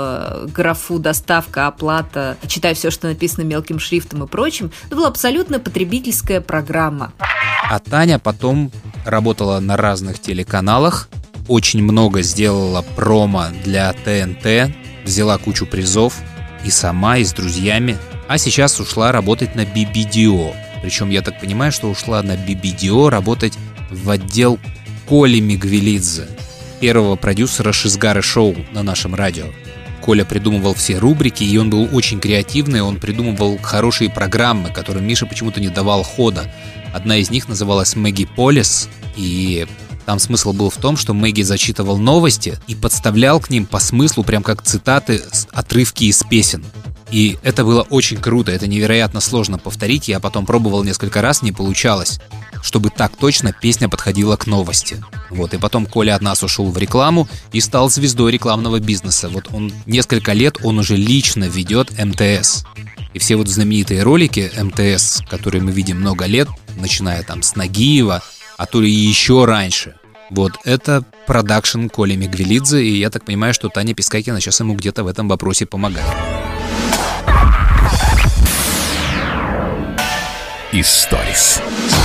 в графу доставка, оплата, читаю все, что написано мелким шрифтом и прочим. Это была абсолютно потребительская программа. А Таня потом работала на разных телеканалах, очень много сделала промо для тэ эн тэ, взяла кучу призов и сама, и с друзьями. А сейчас ушла работать на би би ди о. Причем я так понимаю, что ушла на би би ди о работать в отдел Коли Мигвелидзе, первого продюсера Шизгары Шоу на нашем радио. Коля придумывал все рубрики, и он был очень креативный, он придумывал хорошие программы, которым Миша почему-то не давал хода. Одна из них называлась «Мэгги Полис», и там смысл был в том, что Мэгги зачитывал новости и подставлял к ним по смыслу, прям как цитаты, отрывки из песен. И это было очень круто, это невероятно сложно повторить, я потом пробовал несколько раз, не получалось, чтобы так точно песня подходила к новости. Вот, и потом Коля от нас ушел в рекламу и стал звездой рекламного бизнеса. Вот он несколько лет, он уже лично ведет эм тэ эс. И все вот знаменитые ролики эм тэ эс, которые мы видим много лет, начиная там с Нагиева, а то и еще раньше. Вот, это продакшн Коли Мигвелидзе, и я так понимаю, что Таня Пискакина сейчас ему где-то в этом вопросе помогает. Историс.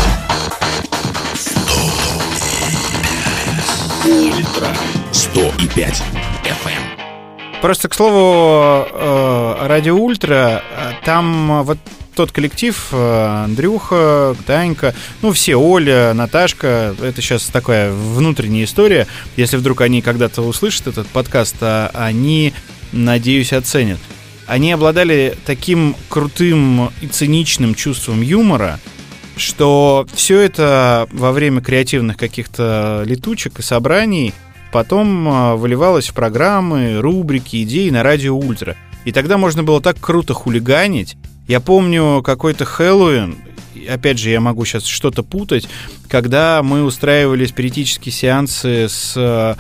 сто и пять эф эм. Просто, к слову, радио Ультра, там вот тот коллектив, Андрюха, Танька, ну, все, Оля, Наташка, это сейчас такая внутренняя история. Если вдруг они когда-то услышат этот подкаст, а они, надеюсь, оценят. Они обладали таким крутым и циничным чувством юмора, что все это во время креативных каких-то летучек и собраний потом выливалось в программы, рубрики, идеи на радио «Ультра». И тогда можно было так круто хулиганить. Я помню какой-то Хэллоуин, опять же, я могу сейчас что-то путать, когда мы устраивали спиритические сеансы с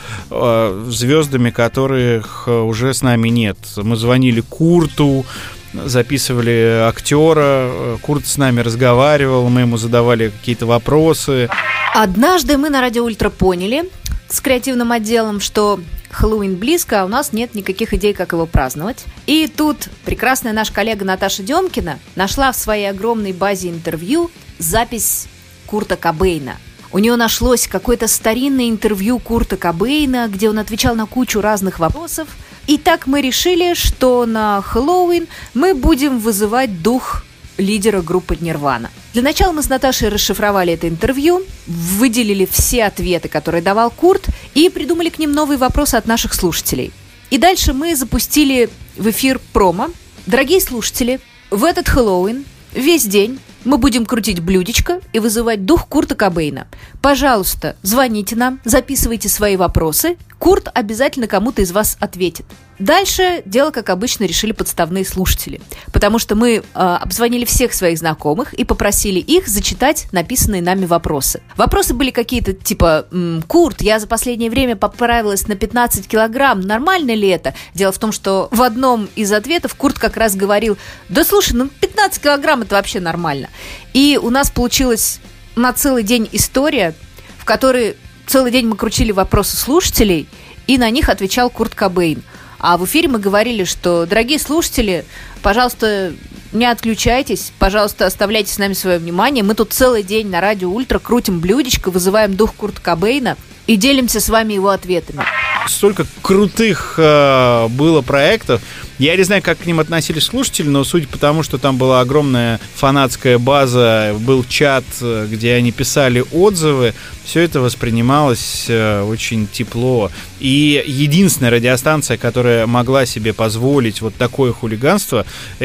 э, звездами, которых уже с нами нет. Мы звонили Курту, записывали актера, Курт с нами разговаривал, мы ему задавали какие-то вопросы. Однажды мы на радио «Ультра» поняли с креативным отделом, что Хэллоуин близко, а у нас нет никаких идей, как его праздновать. И тут прекрасная наша коллега Наташа Демкина нашла в своей огромной базе интервью запись Курта Кобейна. У нее нашлось какое-то старинное интервью Курта Кобейна, где он отвечал на кучу разных вопросов. И так мы решили, что на Хэллоуин мы будем вызывать дух лидера группы Нирвана. Для начала мы с Наташей расшифровали это интервью, выделили все ответы, которые давал Курт, и придумали к ним новые вопросы от наших слушателей. И дальше мы запустили в эфир промо. Дорогие слушатели, в этот Хэллоуин весь день мы будем крутить блюдечко и вызывать дух Курта Кобейна. Пожалуйста, звоните нам, записывайте свои вопросы. Курт обязательно кому-то из вас ответит. Дальше дело, как обычно, решили подставные слушатели. Потому что мы э, обзвонили всех своих знакомых и попросили их зачитать написанные нами вопросы. Вопросы были какие-то типа «Курт, я за последнее время поправилась на пятнадцать килограмм, нормально ли это?» Дело в том, что в одном из ответов Курт как раз говорил: «Да слушай, ну пятнадцать килограмм это вообще нормально». И у нас получилась на целый день история, в которой целый день мы крутили вопросы слушателей, и на них отвечал Курт Кобейн. А в эфире мы говорили, что, дорогие слушатели, пожалуйста, не отключайтесь, пожалуйста, оставляйте с нами свое внимание. Мы тут целый день на радио «Ультра» крутим блюдечко, вызываем дух Курта Кобейна и делимся с вами его ответами. Столько крутых э, было проектов. Я не знаю, как к ним относились слушатели, но судя по тому, что там была огромная фанатская база, был чат, где они писали отзывы, все это воспринималось э, очень тепло. И единственная радиостанция, которая могла себе позволить вот такое хулиганство,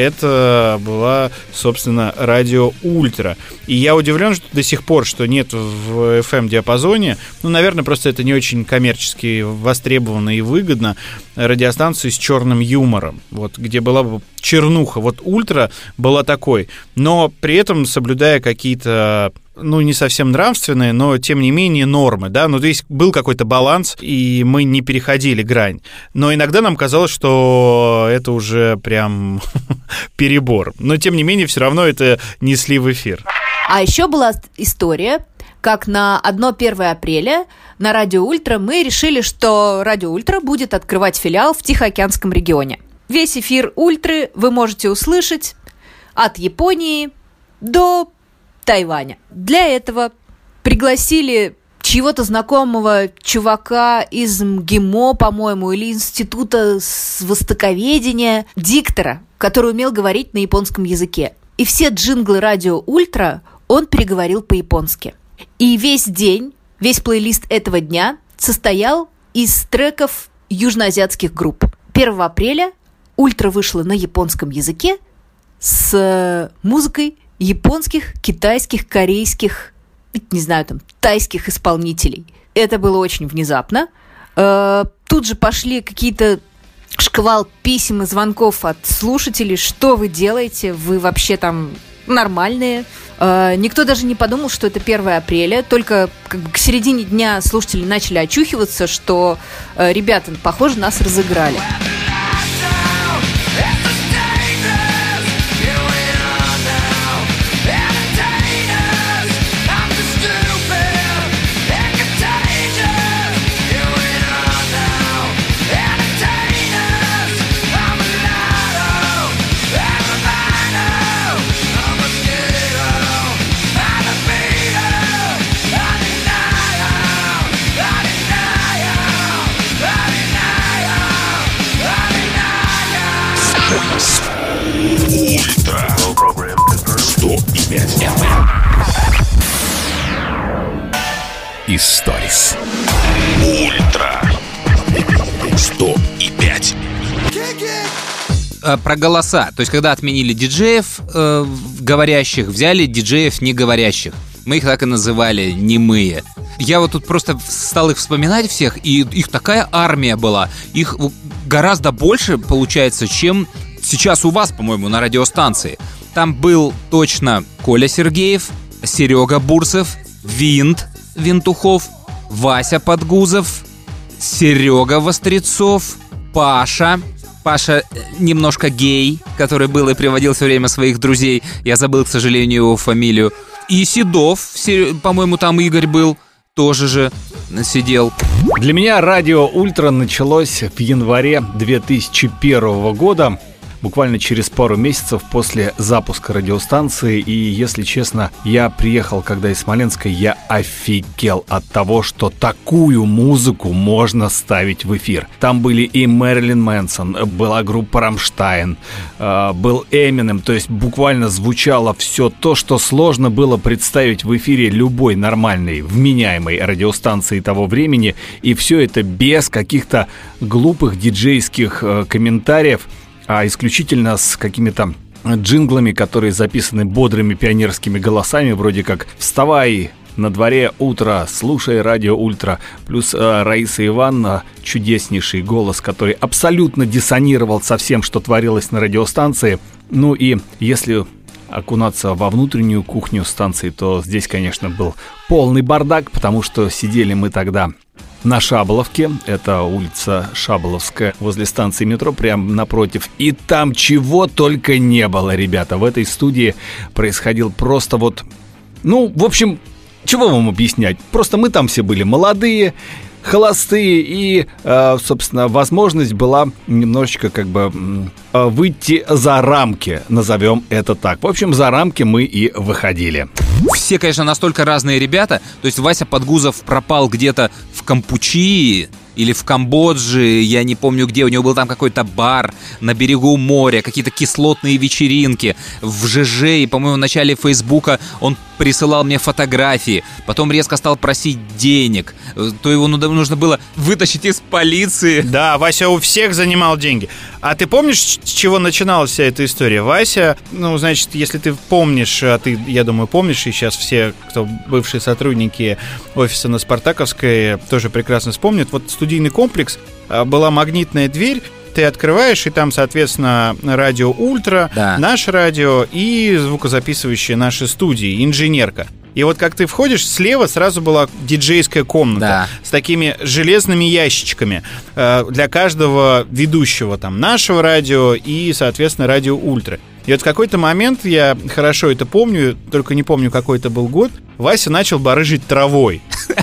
это была, собственно, радио «Ультра». И я удивлен, что до сих пор, что нет в эф эм-диапазоне, ну, наверное, просто это не очень коммерчески востребовано и выгодно, радиостанцию с черным юмором, вот, где была бы чернуха. Вот «Ультра» была такой, но при этом соблюдая какие-то, ну, не совсем нравственные, но, тем не менее, нормы, да, ну, то есть был какой-то баланс, и мы не переходили грань. Но иногда нам казалось, что это уже прям перебор. Но, тем не менее, все равно это несли в эфир. А еще была история, как на первое апреля на радио «Ультра» мы решили, что радио «Ультра» будет открывать филиал в Тихоокеанском регионе. Весь эфир «Ультры» вы можете услышать от Японии до Тайваня. Для этого пригласили чьего-то знакомого чувака из МГИМО, по-моему, или Института востоковедения, диктора, который умел говорить на японском языке. И все джинглы радио «Ультра» он переговорил по-японски. И весь день, весь плейлист этого дня состоял из треков южноазиатских групп. первого апреля «Ультра» вышла на японском языке с музыкой японских, китайских, корейских, не знаю, там, тайских исполнителей. Это было очень внезапно. Тут же пошли какие-то шквал писем и звонков от слушателей. Что вы делаете? Вы вообще там нормальные. Никто даже не подумал, что это первое апреля. Только как бы к середине дня слушатели начали очухиваться, что ребята, похоже, нас разыграли. Ультра. из сторис. Ультра сто и пять. Про голоса. То есть, когда отменили диджеев э, говорящих, взяли диджеев не говорящих. Мы их так и называли, немые. Я вот тут просто стал их вспоминать всех, и их такая армия была. Их гораздо больше, получается, чем сейчас у вас, по-моему, на радиостанции. Там был точно Коля Сергеев, Серега Бурцев, Винт Винтухов, Вася Подгузов, Серега Вострецов, Паша... Паша немножко гей, который был и приводил все время своих друзей. Я забыл, к сожалению, его фамилию. И Седов, по-моему, там Игорь был, тоже же сидел. Для меня радио «Ультра» началось в январе две тысячи первого года, буквально через пару месяцев после запуска радиостанции. И, если честно, я приехал, когда из Смоленска, я офигел от того, что такую музыку можно ставить в эфир. Там были и Мэрилин Мэнсон, была группа «Рамштайн», был Эминем, то есть буквально звучало все то, что сложно было представить в эфире любой нормальной, вменяемой радиостанции того времени. И все это без каких-то глупых диджейских комментариев, а исключительно с какими-то джинглами, которые записаны бодрыми пионерскими голосами, вроде как «Вставай, на дворе утро, слушай радио Ультра», плюс э, Раиса Ивановна, чудеснейший голос, который абсолютно диссонировал со всем, что творилось на радиостанции. Ну и если окунаться во внутреннюю кухню станции, то здесь, конечно, был полный бардак, потому что сидели мы тогда на Шаболовке, это улица Шаболовская, возле станции метро, прямо напротив. И там чего только не было, ребята. В этой студии происходил просто вот... Ну, в общем, чего вам объяснять? Просто мы там все были молодые, холостые, и, э, собственно, возможность была немножечко как бы э, выйти за рамки, назовем это так. В общем, за рамки мы и выходили. Все, конечно, настолько разные ребята. То есть Вася Подгузов пропал где-то в Кампучии или в Камбодже, я не помню где, у него был там какой-то бар на берегу моря, какие-то кислотные вечеринки в ЖЖ, и, по-моему, в начале Фейсбука он присылал мне фотографии, потом резко стал просить денег, то его нужно было вытащить из полиции. Да, Вася у всех занимал деньги. А ты помнишь, с чего начиналась вся эта история? Вася, ну, значит, если ты помнишь, а ты, я думаю, помнишь, и сейчас все, кто бывшие сотрудники офиса на Спартаковской, тоже прекрасно вспомнят, вот студийный комплекс, была магнитная дверь, ты открываешь, и там, соответственно, радио «Ультра», да, наше радио и звукозаписывающие наши студии, инженерка. И вот как ты входишь, слева сразу была диджейская комната, да, с такими железными ящичками э, для каждого ведущего там нашего радио и, соответственно, радио «Ультра». И вот в какой-то момент, я хорошо это помню, только не помню, какой это был год, Вася начал барыжить травой.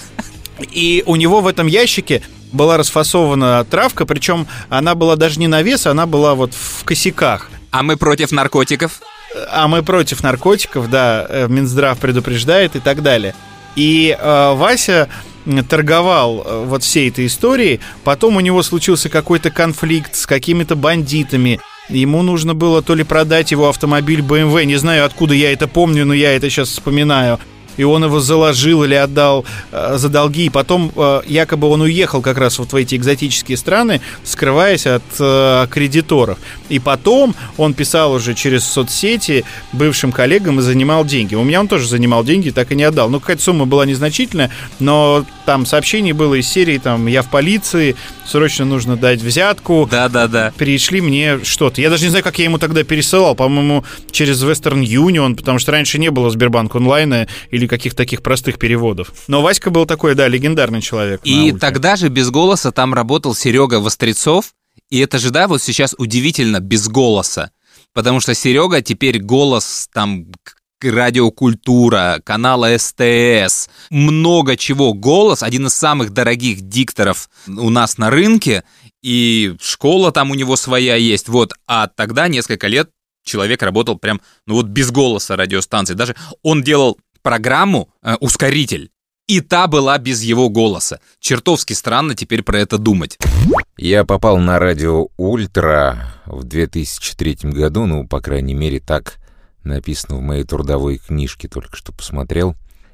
И у него в этом ящике была расфасована травка, причем она была даже не на вес, она была вот в косяках. А мы против наркотиков? А мы против наркотиков, да, Минздрав предупреждает и так далее. И э, Вася торговал э, вот всей этой историей, потом у него случился какой-то конфликт с какими-то бандитами. Ему нужно было то ли продать его автомобиль бэ эм вэ, не знаю, откуда я это помню, но я это сейчас вспоминаю. И он его заложил или отдал э, за долги. И потом э, якобы он уехал как раз вот в эти экзотические страны, скрываясь от э, кредиторов. И потом он писал уже через соцсети бывшим коллегам и занимал деньги. У меня он тоже занимал деньги, так и не отдал. Ну, какая-то сумма была незначительная, но там сообщений было из серии там «Я в полиции», «Срочно нужно дать взятку». Да-да-да. Перешли мне что-то. Я даже не знаю, как я ему тогда пересылал. По-моему, через Western Union, потому что раньше не было Сбербанк онлайна или каких-то таких простых переводов. Но Васька был такой, да, легендарный человек. И тогда же без голоса там работал Серега Вострецов. И это же, да, вот сейчас удивительно без голоса. Потому что Серега теперь голос там... Радиокультура, канала эс тэ эс, много чего. Голос, один из самых дорогих дикторов у нас на рынке, и школа там у него своя есть, вот. А тогда несколько лет человек работал прям, ну вот без голоса радиостанции. Даже он делал программу э, «Ускоритель», и та была без его голоса. Чертовски странно теперь про это думать. Я попал на радио «Ультра» в две тысячи третьем году, ну, по крайней мере, так написано в моей трудовой книжке, только что посмотрел.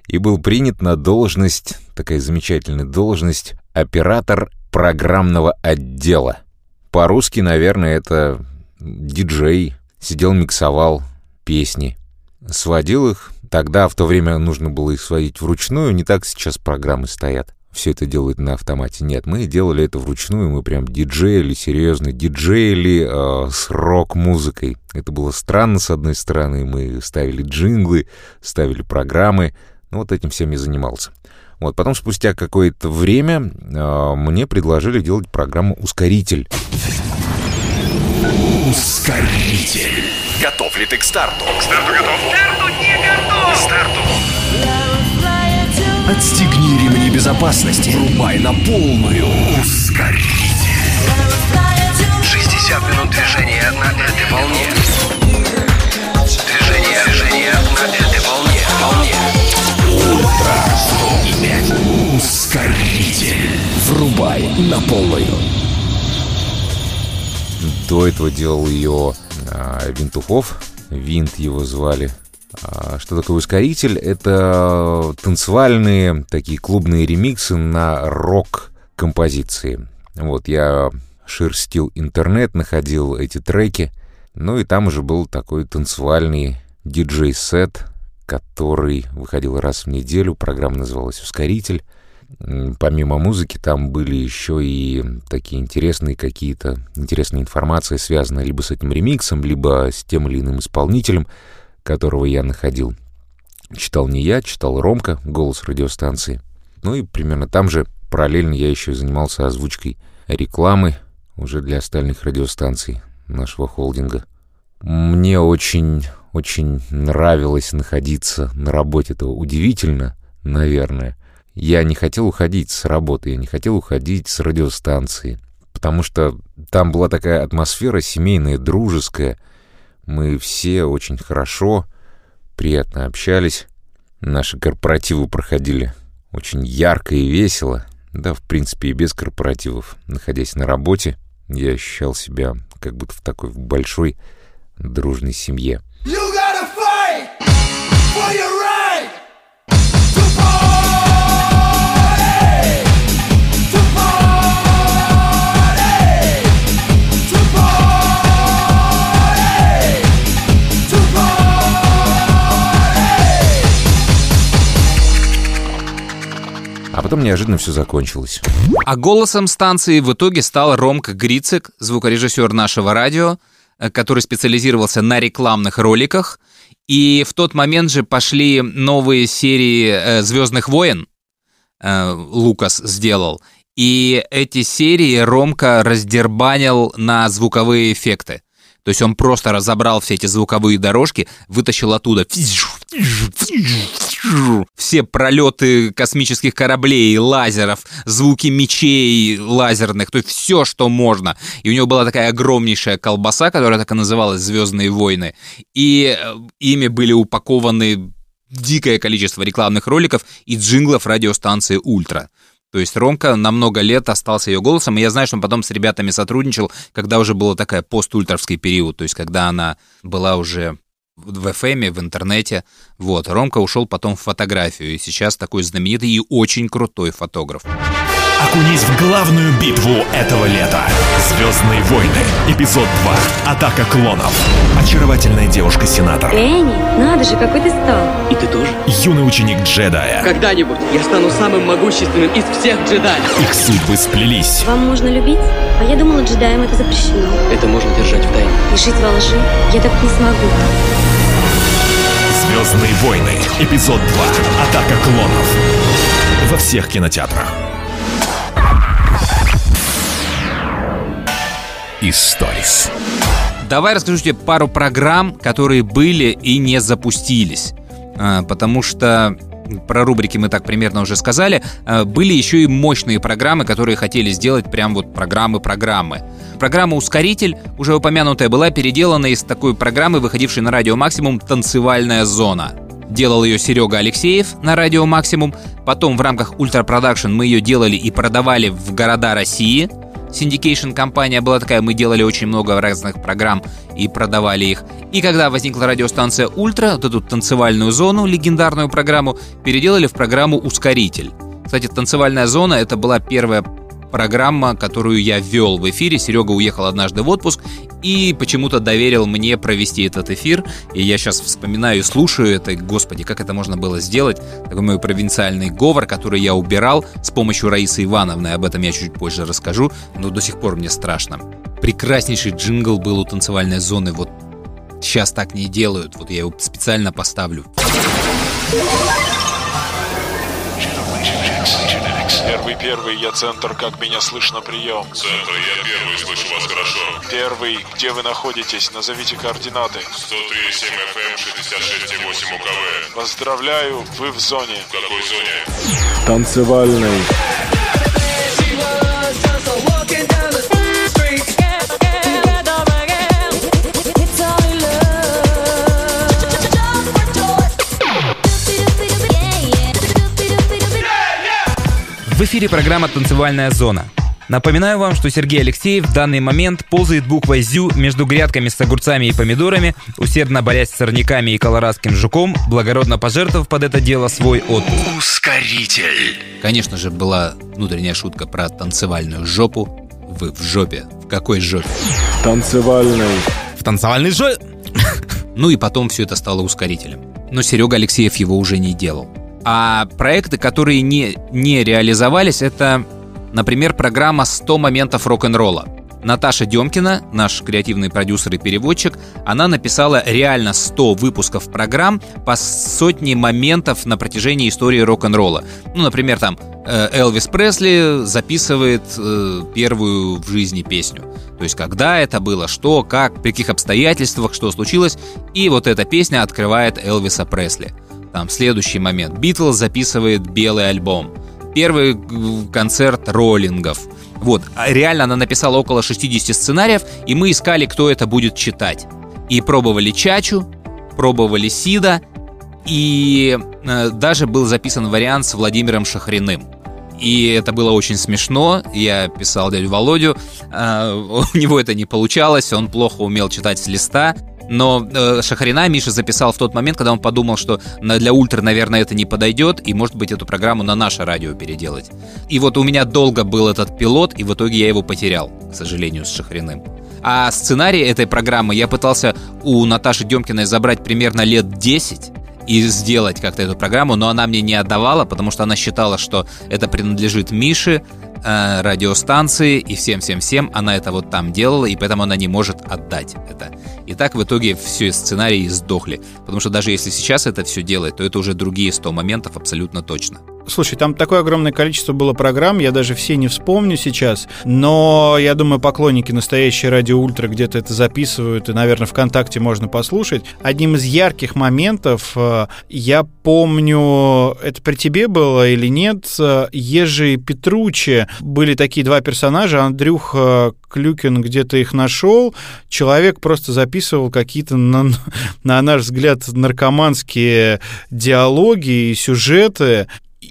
и был принят на должность, такая замечательная должность, оператор программного отдела. По-русски, наверное, это диджей, сидел, миксовал песни, сводил их. Тогда, в то время, нужно было их сводить вручную, не так сейчас программы стоят. Все это делают на автомате. Нет, мы делали это вручную, мы прям диджеяли, серьезно, диджеяли э, с рок-музыкой. Это было странно, с одной стороны, мы ставили джинглы, ставили программы, ну вот этим всем я занимался. Вот, потом, спустя какое-то время, э, мне предложили делать программу «Ускоритель». Ускоритель. Готов ли ты к старту? К старту готов. К старту не готов. К старту. Отстегни ремни безопасности. Врубай на полную. Ускоритель. шестьдесят минут движения на этой волне. Движение, движение на этой волне. Волне. Ультра сто и пять. Ускоритель. Врубай на полную. До этого делал ее а, Винтухов. Винт его звали. Что такое ускоритель? Это танцевальные, такие клубные ремиксы на рок-композиции. Вот, я шерстил интернет, находил эти треки, ну и там уже был такой танцевальный диджей-сет, который выходил раз в неделю, программа называлась «Ускоритель». Помимо музыки там были еще и такие интересные какие-то, интересная информация, связанная либо с этим ремиксом, либо с тем или иным исполнителем, которого я находил. Читал не я, читал Ромка, голос радиостанции. Ну и примерно там же параллельно я еще и занимался озвучкой рекламы уже для остальных радиостанций нашего холдинга. Мне очень, очень нравилось находиться на работе. Это удивительно, наверное. Я не хотел уходить с работы, я не хотел уходить с радиостанции, потому что там была такая атмосфера семейная, дружеская. Мы все очень хорошо, приятно общались. Наши корпоративы проходили очень ярко и весело. Да, в принципе, и без корпоративов. Находясь на работе, я ощущал себя как будто в такой большой дружной семье. А потом неожиданно все закончилось. А голосом станции в итоге стал Ромка Грицик, звукорежиссер нашего радио, который специализировался на рекламных роликах. И в тот момент же пошли новые серии э, «Звездных войн», э, Лукас сделал. И эти серии Ромка раздербанил на звуковые эффекты. То есть он просто разобрал все эти звуковые дорожки, вытащил оттуда все пролеты космических кораблей, лазеров, звуки мечей лазерных, то есть все, что можно. И у него была такая огромнейшая колбаса, которая так и называлась «Звездные войны». И ими были упакованы дикое количество рекламных роликов и джинглов радиостанции «Ультра». То есть Ромка на много лет остался ее голосом, и я знаю, что он потом с ребятами сотрудничал, когда уже был такой постультровский период, то есть когда она была уже в эф эм, в интернете. Вот, Ромка ушел потом в фотографию, и сейчас такой знаменитый и очень крутой фотограф. Окунись в главную битву этого лета. «Звездные войны». Эпизод два. Атака клонов. Очаровательная девушка-сенатор. Энни, надо же, какой ты стал. И ты тоже. Юный ученик джедая. Когда-нибудь я стану самым могущественным из всех джедаев. Их судьбы сплелись. Вам можно любить? А я думала, джедаям это запрещено. Это можно держать в тайне. И жить во лжи я так не смогу. «Звездные войны». Эпизод два. Атака клонов. Во всех кинотеатрах. Историс. Давай расскажу тебе пару программ, которые были и не запустились. Потому что про рубрики мы так примерно уже сказали. Были еще и мощные программы, которые хотели сделать прям вот программы-программы. Программа «Ускоритель», уже упомянутая, была переделана из такой программы, выходившей на Радио Максимум, «Танцевальная зона». Делал ее Серега Алексеев на Радио Максимум. Потом в рамках Ультра Продакшн мы ее делали и продавали в города России. Syndication компания была такая, мы делали очень много разных программ и продавали их. И когда возникла радиостанция «Ультра», вот эту танцевальную зону, легендарную программу, переделали в программу «Ускоритель». Кстати, «Танцевальная зона» — это была первая программа, которую я вел в эфире. Серега уехал однажды в отпуск и почему-то доверил мне провести этот эфир. И я сейчас вспоминаю и слушаю это. Господи, как это можно было сделать? Такой мой провинциальный говор, который я убирал с помощью Раисы Ивановны. Об этом я чуть позже расскажу, но до сих пор мне страшно. Прекраснейший джингл был у «Танцевальной зоны». Вот сейчас так не делают. Вот я его специально поставлю. Первый, первый, я центр, как меня слышно, прием. Центр, я первый, слышу вас хорошо. Первый, где вы находитесь? Назовите координаты. сто три и семь эф эм, шестьдесят шесть и восемь УКВ. Поздравляю, вы в зоне. В какой зоне? Танцевальной. В эфире программа «Танцевальная зона». Напоминаю вам, что Сергей Алексеев в данный момент ползает буквой «Зю» между грядками с огурцами и помидорами, усердно борясь с сорняками и колорадским жуком, благородно пожертвовав под это дело свой отпуск. Ускоритель. Конечно же, была внутренняя шутка про танцевальную жопу. Вы в жопе. В какой жопе? Танцевальной. В танцевальной жопе. Ну и потом все это стало ускорителем. Но Серега Алексеев его уже не делал. А проекты, которые не, не реализовались, это, например, программа «сто моментов рок-н-ролла». Наташа Демкина, наш креативный продюсер и переводчик, она написала реально сто выпусков программ по сотне моментов на протяжении истории рок-н-ролла. Ну, например, там Элвис Пресли записывает э, первую в жизни песню. То есть, когда это было, что, как, при каких обстоятельствах, что случилось. И вот эта песня открывает Элвиса Пресли. Там следующий момент. Битлз записывает белый альбом. Первый концерт роллингов. Вот, реально она написала около шестьдесят сценариев, и мы искали, кто это будет читать. И пробовали Чачу, пробовали Сида, и э, даже был записан вариант с Владимиром Шахриным. И это было очень смешно. Я писал дядю Володю, э, у него это не получалось, он плохо умел читать с листа. Но э, Шахрина Миша записал в тот момент, когда он подумал, что для Ультра, наверное, это не подойдет, и, может быть, эту программу на наше радио переделать. И вот у меня долго был этот пилот, и в итоге я его потерял, к сожалению, с Шахриным. А сценарий этой программы я пытался у Наташи Демкиной забрать примерно лет десять и сделать как-то эту программу, но она мне не отдавала, потому что она считала, что это принадлежит Мише, э, радиостанции и всем-всем-всем. Она это вот там делала, и поэтому она не может отдать это. И так в итоге все сценарии сдохли. Потому что даже если сейчас это все делать, то это уже другие сто моментов абсолютно точно. Слушай, там такое огромное количество было программ, я даже все не вспомню сейчас, но я думаю, поклонники настоящей радио Ультра где-то это записывают, и, наверное, ВКонтакте можно послушать. Одним из ярких моментов, я помню, это при тебе было или нет, Ежи и Петруччи, были такие два персонажа, Андрюха Клюкин где-то их нашел, человек просто записывал какие-то, на, на наш взгляд, наркоманские диалоги и сюжеты,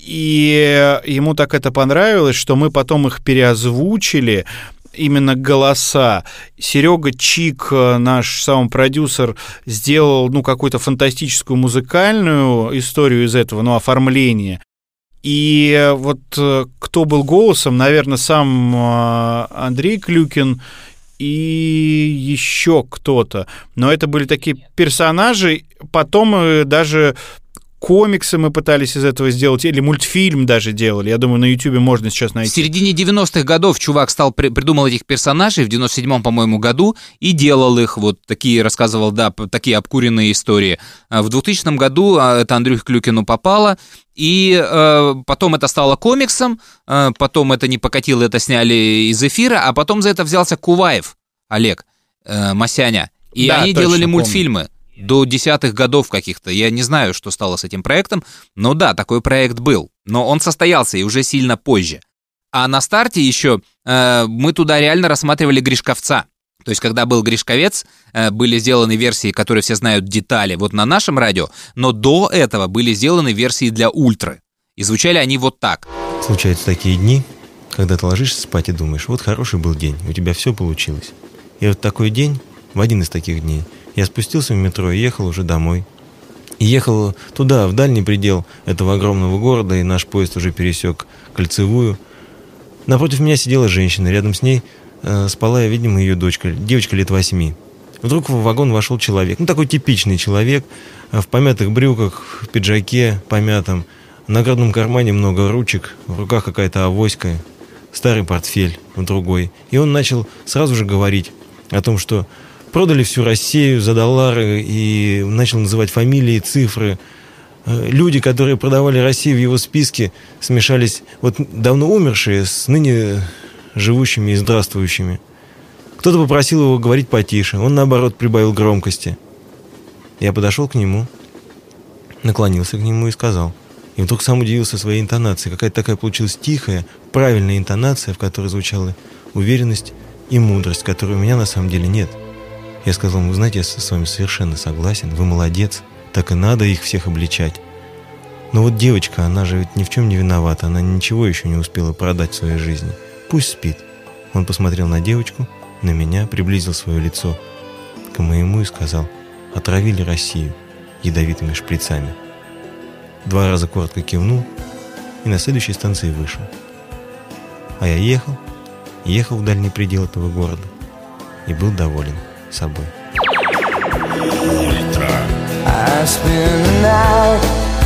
и ему так это понравилось, что мы потом их переозвучили, именно голоса. Серега Чик, наш саунд-продюсер, сделал, ну, какую-то фантастическую музыкальную историю из этого, ну, оформление. И вот кто был голосом, наверное, сам Андрей Клюкин и еще кто-то. Но это были такие персонажи, потом даже... Комиксы мы пытались из этого сделать, или мультфильм даже делали. Я думаю, на Ютубе можно сейчас найти. В середине девяностых годов чувак стал, при, придумал этих персонажей в девяносто седьмом, по-моему, году и делал их, вот такие, рассказывал, да, такие обкуренные истории. В двухтысячном году это Андрюхе Клюкину попало, и э, потом это стало комиксом, э, потом это не покатило, это сняли из эфира, а потом за это взялся Куваев Олег, э, Масяня, и да, они делали мультфильмы. Помню. До десятых годов каких-то. Я не знаю, что стало с этим проектом, но да, такой проект был. Но он состоялся и уже сильно позже. А на старте еще э, мы туда реально рассматривали Гришковца. То есть, когда был Гришковец, э, были сделаны версии, которые все знают детали, вот на нашем радио, но до этого были сделаны версии для Ультры. И звучали они вот так. Случаются такие дни, когда ты ложишься спать и думаешь, вот хороший был день, у тебя все получилось. И вот такой день, в один из таких дней, я спустился в метро и ехал уже домой. И ехал туда, в дальний предел этого огромного города, и наш поезд уже пересек Кольцевую. Напротив меня сидела женщина, рядом с ней э, спала, видимо, ее дочка, девочка лет восьми. Вдруг в вагон вошел человек, ну такой типичный человек, в помятых брюках, в пиджаке помятом, в нагрудном кармане много ручек, в руках какая-то авоська, старый портфель в другой. И он начал сразу же говорить о том, что продали всю Россию за доллары, и начал называть фамилии, цифры. Люди, которые продавали Россию в его списке, смешались вот давно умершие с ныне живущими и здравствующими. Кто-то попросил его говорить потише, он, наоборот, прибавил громкости. Я подошел к нему, наклонился к нему и сказал. И вдруг сам удивился своей интонацией. Какая-то такая получилась тихая, правильная интонация, в которой звучала уверенность и мудрость, которой у меня на самом деле нет. Я сказал ему, вы знаете, я с вами совершенно согласен, вы молодец, так и надо их всех обличать. Но вот девочка, она же ведь ни в чем не виновата, она ничего еще не успела продать в своей жизни. Пусть спит. Он посмотрел на девочку, на меня, приблизил свое лицо к моему и сказал, отравили Россию ядовитыми шприцами. Два раза коротко кивнул и на следующей станции вышел. А я ехал, ехал в дальний предел этого города и был доволен собой. Ультра. I spend the night,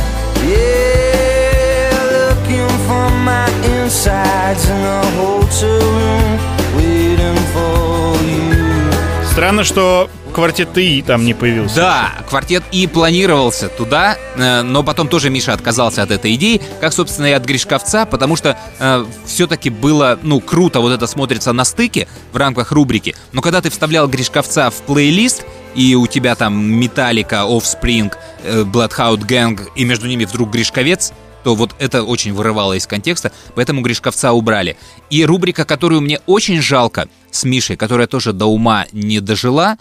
yeah, looking for my insides in a hotel room, waiting for you. Странно, что квартет И там не появился. Да, квартет И планировался туда, но потом тоже Миша отказался от этой идеи, как, собственно, и от Гришковца, потому что э, все-таки было, ну, круто вот это смотрится на стыке в рамках рубрики, но когда ты вставлял Гришковца в плейлист, и у тебя там Металлика, Offspring, э, Bloodhound Gang, и между ними вдруг Гришковец, то вот это очень вырывало из контекста, поэтому Гришковца убрали. И рубрика, которую мне очень жалко с Мишей, которая тоже до ума не дожила,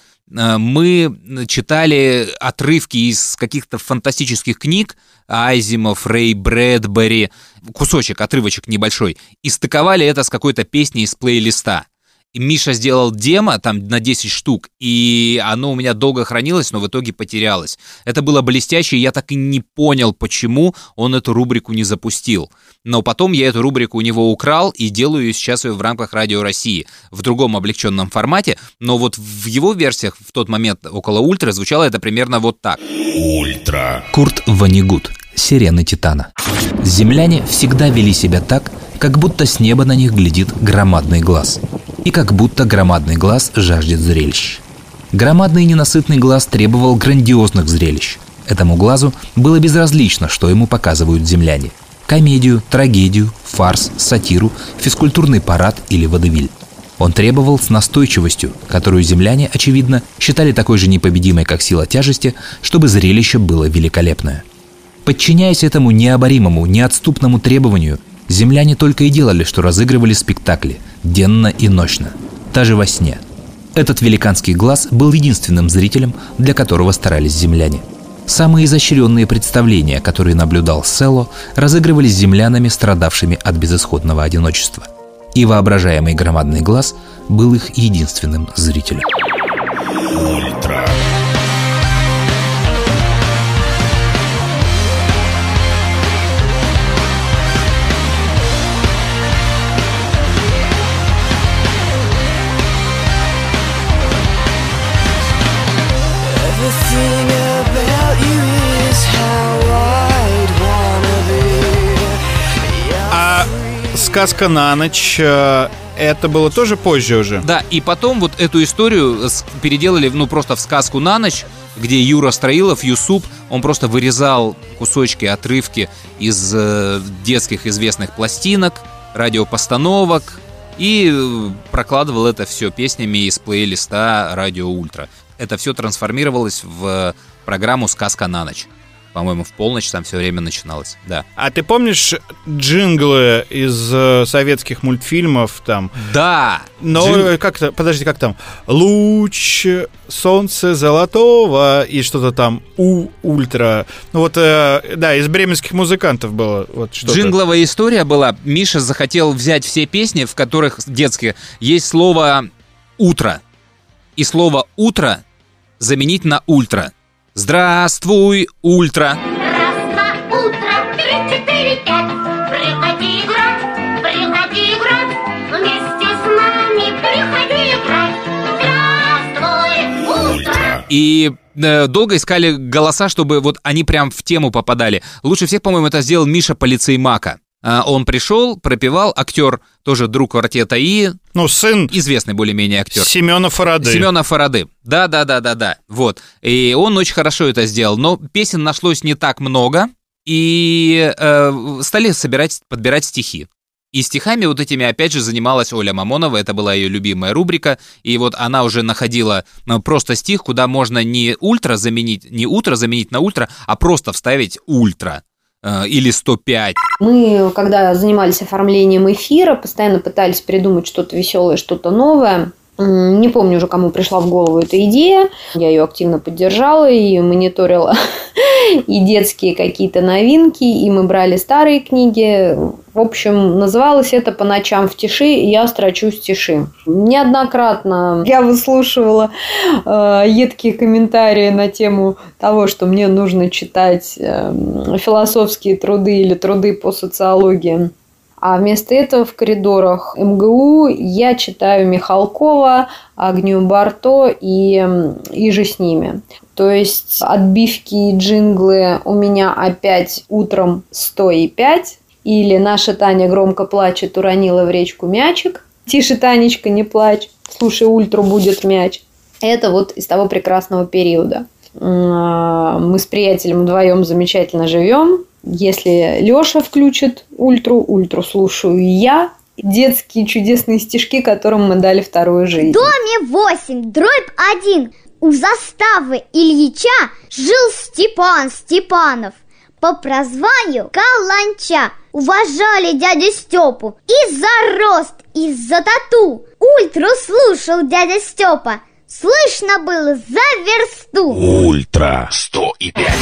мы читали отрывки из каких-то фантастических книг, Азимов, Рэй Брэдбери, кусочек, отрывочек небольшой, и стыковали это с какой-то песней из плейлиста. И Миша сделал демо там на десять штук, и оно у меня долго хранилось, но в итоге потерялось. Это было блестяще, и я так и не понял, почему он эту рубрику не запустил. Но потом я эту рубрику у него украл и делаю сейчас ее в рамках Радио России в другом облегченном формате, но вот в его версиях в тот момент около Ультра звучало это примерно вот так. Ультра. Курт Воннегут. Сирены Титана. Земляне всегда вели себя так, как будто с неба на них глядит громадный глаз. И как будто громадный глаз жаждет зрелищ. Громадный ненасытный глаз требовал грандиозных зрелищ. Этому глазу было безразлично, что ему показывают земляне. Комедию, трагедию, фарс, сатиру, физкультурный парад или водевиль. Он требовал с настойчивостью, которую земляне, очевидно, считали такой же непобедимой, как сила тяжести, чтобы зрелище было великолепное. Подчиняясь этому необоримому, неотступному требованию, земляне только и делали, что разыгрывали спектакли денно и ночно, даже во сне. Этот великанский глаз был единственным зрителем, для которого старались земляне. Самые изощренные представления, которые наблюдал Селло, разыгрывались землянами, страдавшими от безысходного одиночества. И воображаемый громадный глаз был их единственным зрителем. Ультра. А сказка на ночь, это было тоже позже уже? Да, и потом вот эту историю переделали, ну, просто в сказку на ночь, где Юра Строилов, Юсуп, он просто вырезал кусочки, отрывки из э, детских известных пластинок, радиопостановок и прокладывал это все песнями из плейлиста Радио Ультра. Это все трансформировалось в программу «Сказка на ночь». По-моему, в полночь там все время начиналось, да. А ты помнишь джинглы из э, советских мультфильмов там? Да! Но Джин... как-то, подожди, как там? Луч солнца золотого и что-то там у ультра. Ну вот, э, да, из бременских музыкантов было вот что-то. Джингловая история была. Миша захотел взять все песни, в которых детские есть слово «утро». И слово «утро» заменить на «ультра». Здравствуй, ультра. Раз, два, утро, три, четыре, пять. Приходи играть, приходи играть. Вместе с нами приходи играть. Здравствуй, утро. И э, долго искали голоса, чтобы вот они прям в тему попадали. Лучше всех, по-моему, это сделал Миша Полицеймака. Uh, он пришел, пропевал, актер, тоже друг квартета И. Ну, сын. Известный более-менее актер. Семена Фарады. Семена Фарады. Да-да-да-да-да. Вот. И он очень хорошо это сделал. Но песен нашлось не так много. И э, стали собирать, подбирать стихи. И стихами вот этими, опять же, занималась Оля Мамонова. Это была ее любимая рубрика. И вот она уже находила ну, просто стих, куда можно не ультра заменить, не утро заменить на ультра, а просто вставить ультра. Или сто пять. Мы, когда занимались оформлением эфира, постоянно пытались придумать что-то веселое, что-то новое. Не помню уже, кому пришла в голову эта идея. Я ее активно поддержала и мониторила и детские какие-то новинки, и мы брали старые книги. В общем, называлось это «По ночам в тиши я строчу стиши». Неоднократно я выслушивала э, едкие комментарии на тему того, что мне нужно читать э, философские труды или труды по социологии. А вместо этого в коридорах эм гэ у я читаю Михалкова, Агнию Барто и, и же с ними. То есть отбивки и джинглы у меня опять утром сто пять. Или «Наша Таня громко плачет, уронила в речку мячик». «Тише, Танечка, не плачь, слушай, ультру будет мяч». Это вот из того прекрасного периода. Мы с приятелем вдвоем замечательно живем. Если Леша включит ультру, ультру слушаю я. Детские чудесные стишки, которым мы дали вторую жизнь. В доме восемь, дробь один. У заставы Ильича жил Степан Степанов. По прозванию Каланча. Уважали дядю Степу и за рост, и за тату. Ультру слушал дядя Степа. Слышно было за версту. Ультра сто и пять.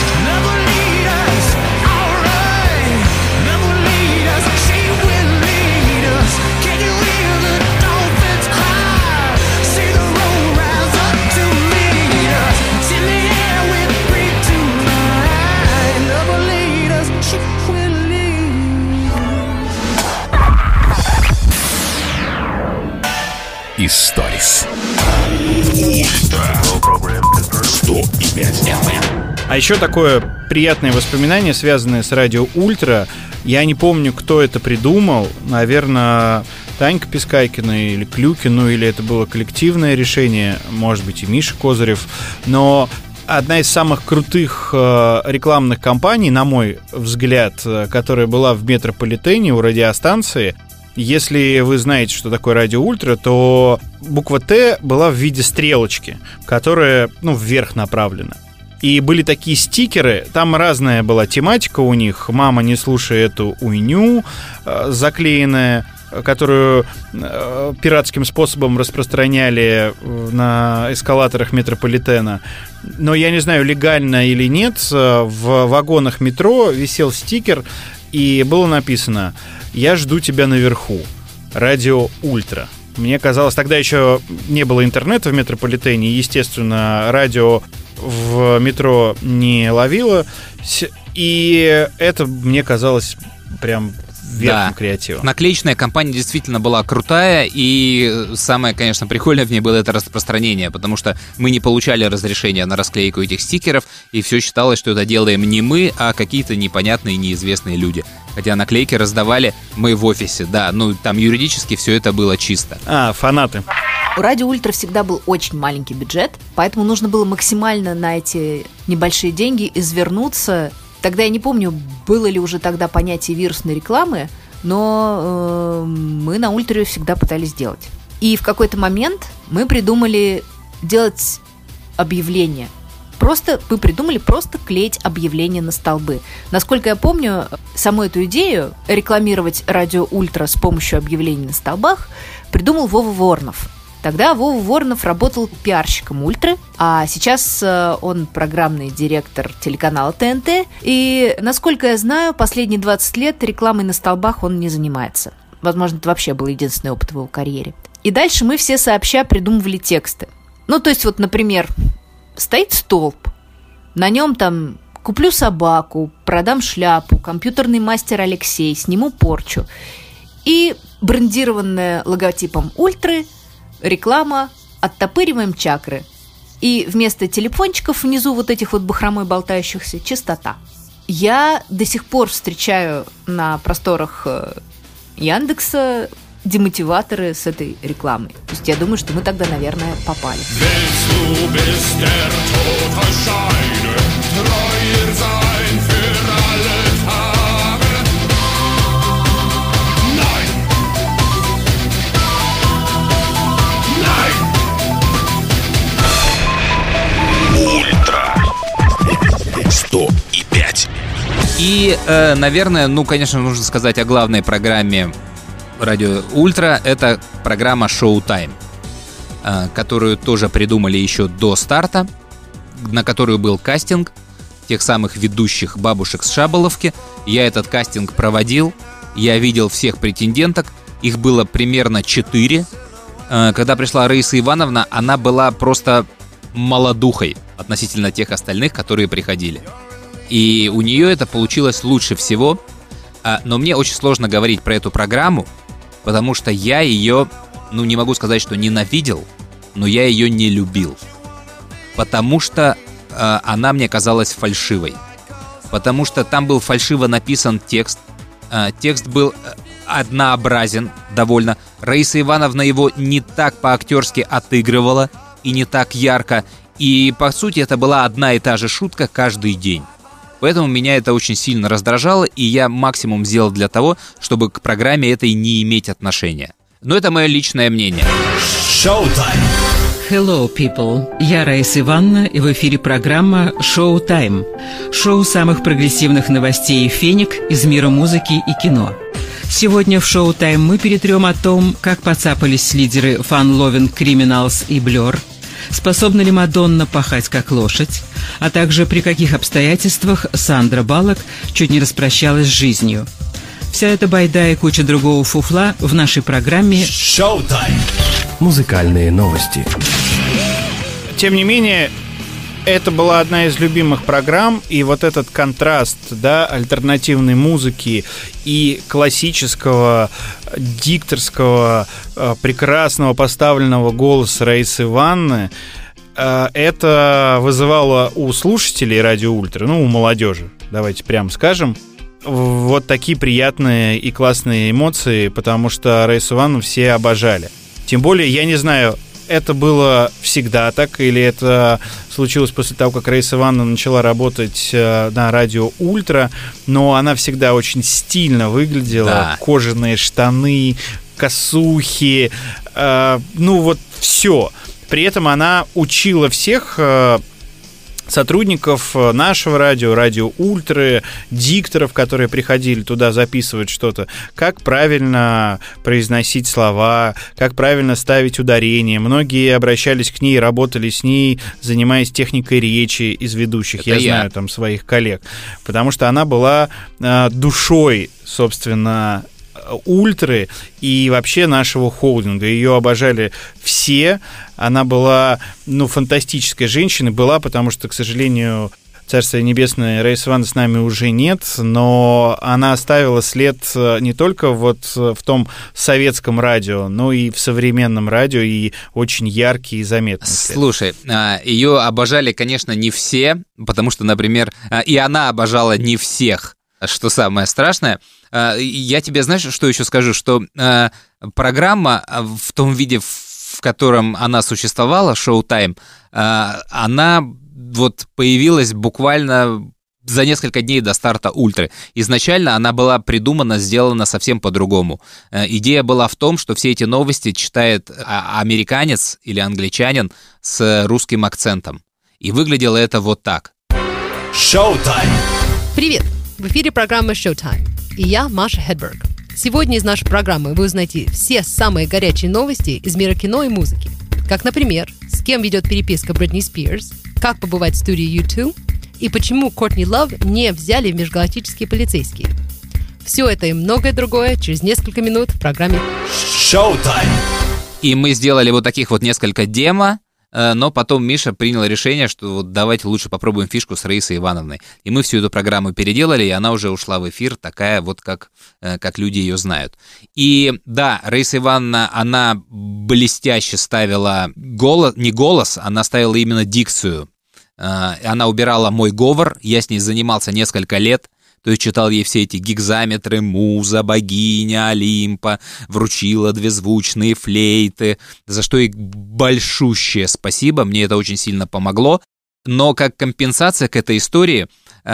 Историс. сто и пять эф эм. А еще такое приятное воспоминание, связанное с радио Ультра. Я не помню, кто это придумал. Наверное, Танька Пискайкина или Клюкин, ну или это было коллективное решение, может быть, и Миша Козырев. Но одна из самых крутых э, рекламных кампаний, на мой взгляд, э, которая была в метрополитене у радиостанции. Если вы знаете, что такое радио Ультра, то буква Т была в виде стрелочки, которая, ну, вверх направлена. И были такие стикеры, там разная была тематика у них. «Мама, не слушай эту уйню», э, заклеенная, которую э, пиратским способом распространяли на эскалаторах метрополитена. Но я не знаю, легально или нет, в вагонах метро висел стикер, и было написано: «Я жду тебя наверху. Радио Ультра». Мне казалось, тогда еще не было интернета в метрополитене, естественно, радио в метро не ловило, и это мне казалось прям верхом да. креатива. Наклеечная кампания действительно была крутая, и самое, конечно, прикольное в ней было это распространение, потому что мы не получали разрешения на расклейку этих стикеров, и все считалось, что это делаем не мы, а какие-то непонятные, неизвестные люди. Хотя наклейки раздавали мы в офисе, да, ну там юридически все это было чисто. А, фанаты. У радио Ультра всегда был очень маленький бюджет, поэтому нужно было максимально на эти небольшие деньги извернуться. Тогда я не помню, было ли уже тогда понятие вирусной рекламы, но э, мы на Ультре всегда пытались делать. И в какой-то момент мы придумали делать объявления. Просто вы придумали просто клеить объявления на столбы. Насколько я помню, саму эту идею рекламировать радио Ультра с помощью объявлений на столбах придумал Вова Воронов. Тогда Вова Воронов работал пиарщиком Ультры, а сейчас он программный директор телеканала Т Н Т. И, насколько я знаю, последние двадцать лет рекламой на столбах он не занимается. Возможно, это вообще был единственный опыт в его карьере. И дальше мы все сообща придумывали тексты. Ну, то есть, вот, например, стоит столб, на нем там «Куплю собаку», «Продам шляпу», «Компьютерный мастер Алексей», «Сниму порчу». И брендированная логотипом Ультры реклама «Оттопыриваем чакры». И вместо телефончиков внизу вот этих вот бахромой болтающихся частота. Я до сих пор встречаю на просторах Яндекса демотиваторы с этой рекламой. То есть я думаю, что мы тогда, наверное, попали. Ультра сто и пять. И, э, наверное, ну, конечно, нужно сказать о главной программе радио Ультра. Это программа «Шоу Тайм», э, которую тоже придумали еще до старта, на которую был кастинг тех самых ведущих бабушек с Шаболовки. Я этот кастинг проводил, я видел всех претенденток, их было примерно четыре. Э, когда пришла Раиса Ивановна, она была просто молодухой относительно тех остальных, которые приходили. И у нее это получилось лучше всего. Но мне очень сложно говорить про эту программу, потому что я ее, ну, не могу сказать, что ненавидел, но я ее не любил. Потому что э, она мне казалась фальшивой. Потому что там был фальшиво написан текст. Э, текст был однообразен довольно. Раиса Ивановна его не так по-актерски отыгрывала и не так ярко. И, по сути, это была одна и та же шутка каждый день. Поэтому меня это очень сильно раздражало, и я максимум сделал для того, чтобы к программе этой не иметь отношения. Но это мое личное мнение. Шоу-тайм! Hello, people! Я Раиса Ивановна, и в эфире программа «Шоу Тайм». Шоу самых прогрессивных новостей и феник из мира музыки и кино. Сегодня в «Шоу Тайм» мы перетрем о том, как поцапались лидеры Fun Loving Criminals и Blur, способна ли Мадонна пахать как лошадь, а также при каких обстоятельствах Сандра Баллок чуть не распрощалась с жизнью. Вся эта байда и куча другого фуфла в нашей программе «Шоу-тайм». Музыкальные новости. Тем не менее, это была одна из любимых программ, и вот этот контраст, да, альтернативной музыки и классического, дикторского, прекрасного поставленного голоса Раисы Ивановны, это вызывало у слушателей радио Ультра, ну, у молодежи, давайте прямо скажем, вот такие приятные и классные эмоции, потому что Раису Ивановну все обожали. Тем более, я не знаю, это было всегда так, или это случилось после того, как Раиса Ивановна начала работать на радио Ультра, но она всегда очень стильно выглядела, да. Кожаные штаны, косухи, э, ну вот все. При этом она учила всех э, сотрудников нашего радио, радио Ультры, дикторов, которые приходили туда записывать что-то, как правильно произносить слова, как правильно ставить ударение. Многие обращались к ней, работали с ней, занимаясь техникой речи из ведущих. Я, я знаю там своих коллег. Потому что она была э, душой, собственно, Ультры и вообще нашего холдинга. Ее обожали все. Она была, ну, фантастической женщиной. Была, потому что, к сожалению, Царствие Небесное, Раиса Ивановна с нами уже нет, но она оставила след не только вот в том советском радио, но и в современном радио, и очень яркий и заметный след. Слушай, ее обожали, конечно, не все, потому что, например, и она обожала не всех. Что самое страшное, я тебе, знаешь, что еще скажу, что э, программа в том виде, в котором она существовала, «Шоу Тайм», э, она вот появилась буквально за несколько дней до старта Ультры. Изначально она была придумана, сделана совсем по-другому. Э, идея была в том, что все эти новости читает американец или англичанин с русским акцентом. И выглядело это вот так. Шоу-тайм! Привет! В эфире программа «Шоу-тайм». И я, Маша Хедберг. Сегодня из нашей программы вы узнаете все самые горячие новости из мира кино и музыки. Как, например, с кем ведет переписка Бритни Спирс, как побывать в студии ю ту и почему Кортни Лав не взяли в межгалактические полицейские. Все это и многое другое через несколько минут в программе «Шоу-тайм». И мы сделали вот таких вот несколько демо, но потом Миша принял решение, что вот давайте лучше попробуем фишку с Раисой Ивановной. И мы всю эту программу переделали, и она уже ушла в эфир, такая вот, как, как люди ее знают. И да, Раиса Ивановна, она блестяще ставила голос, не голос, она ставила именно дикцию. Она убирала мой говор, я с ней занимался несколько лет. То есть читал ей все эти гигзаметры, муза, богиня Олимпа, вручила две звучные флейты, за что ей большущее спасибо, мне это очень сильно помогло. Но как компенсация к этой истории,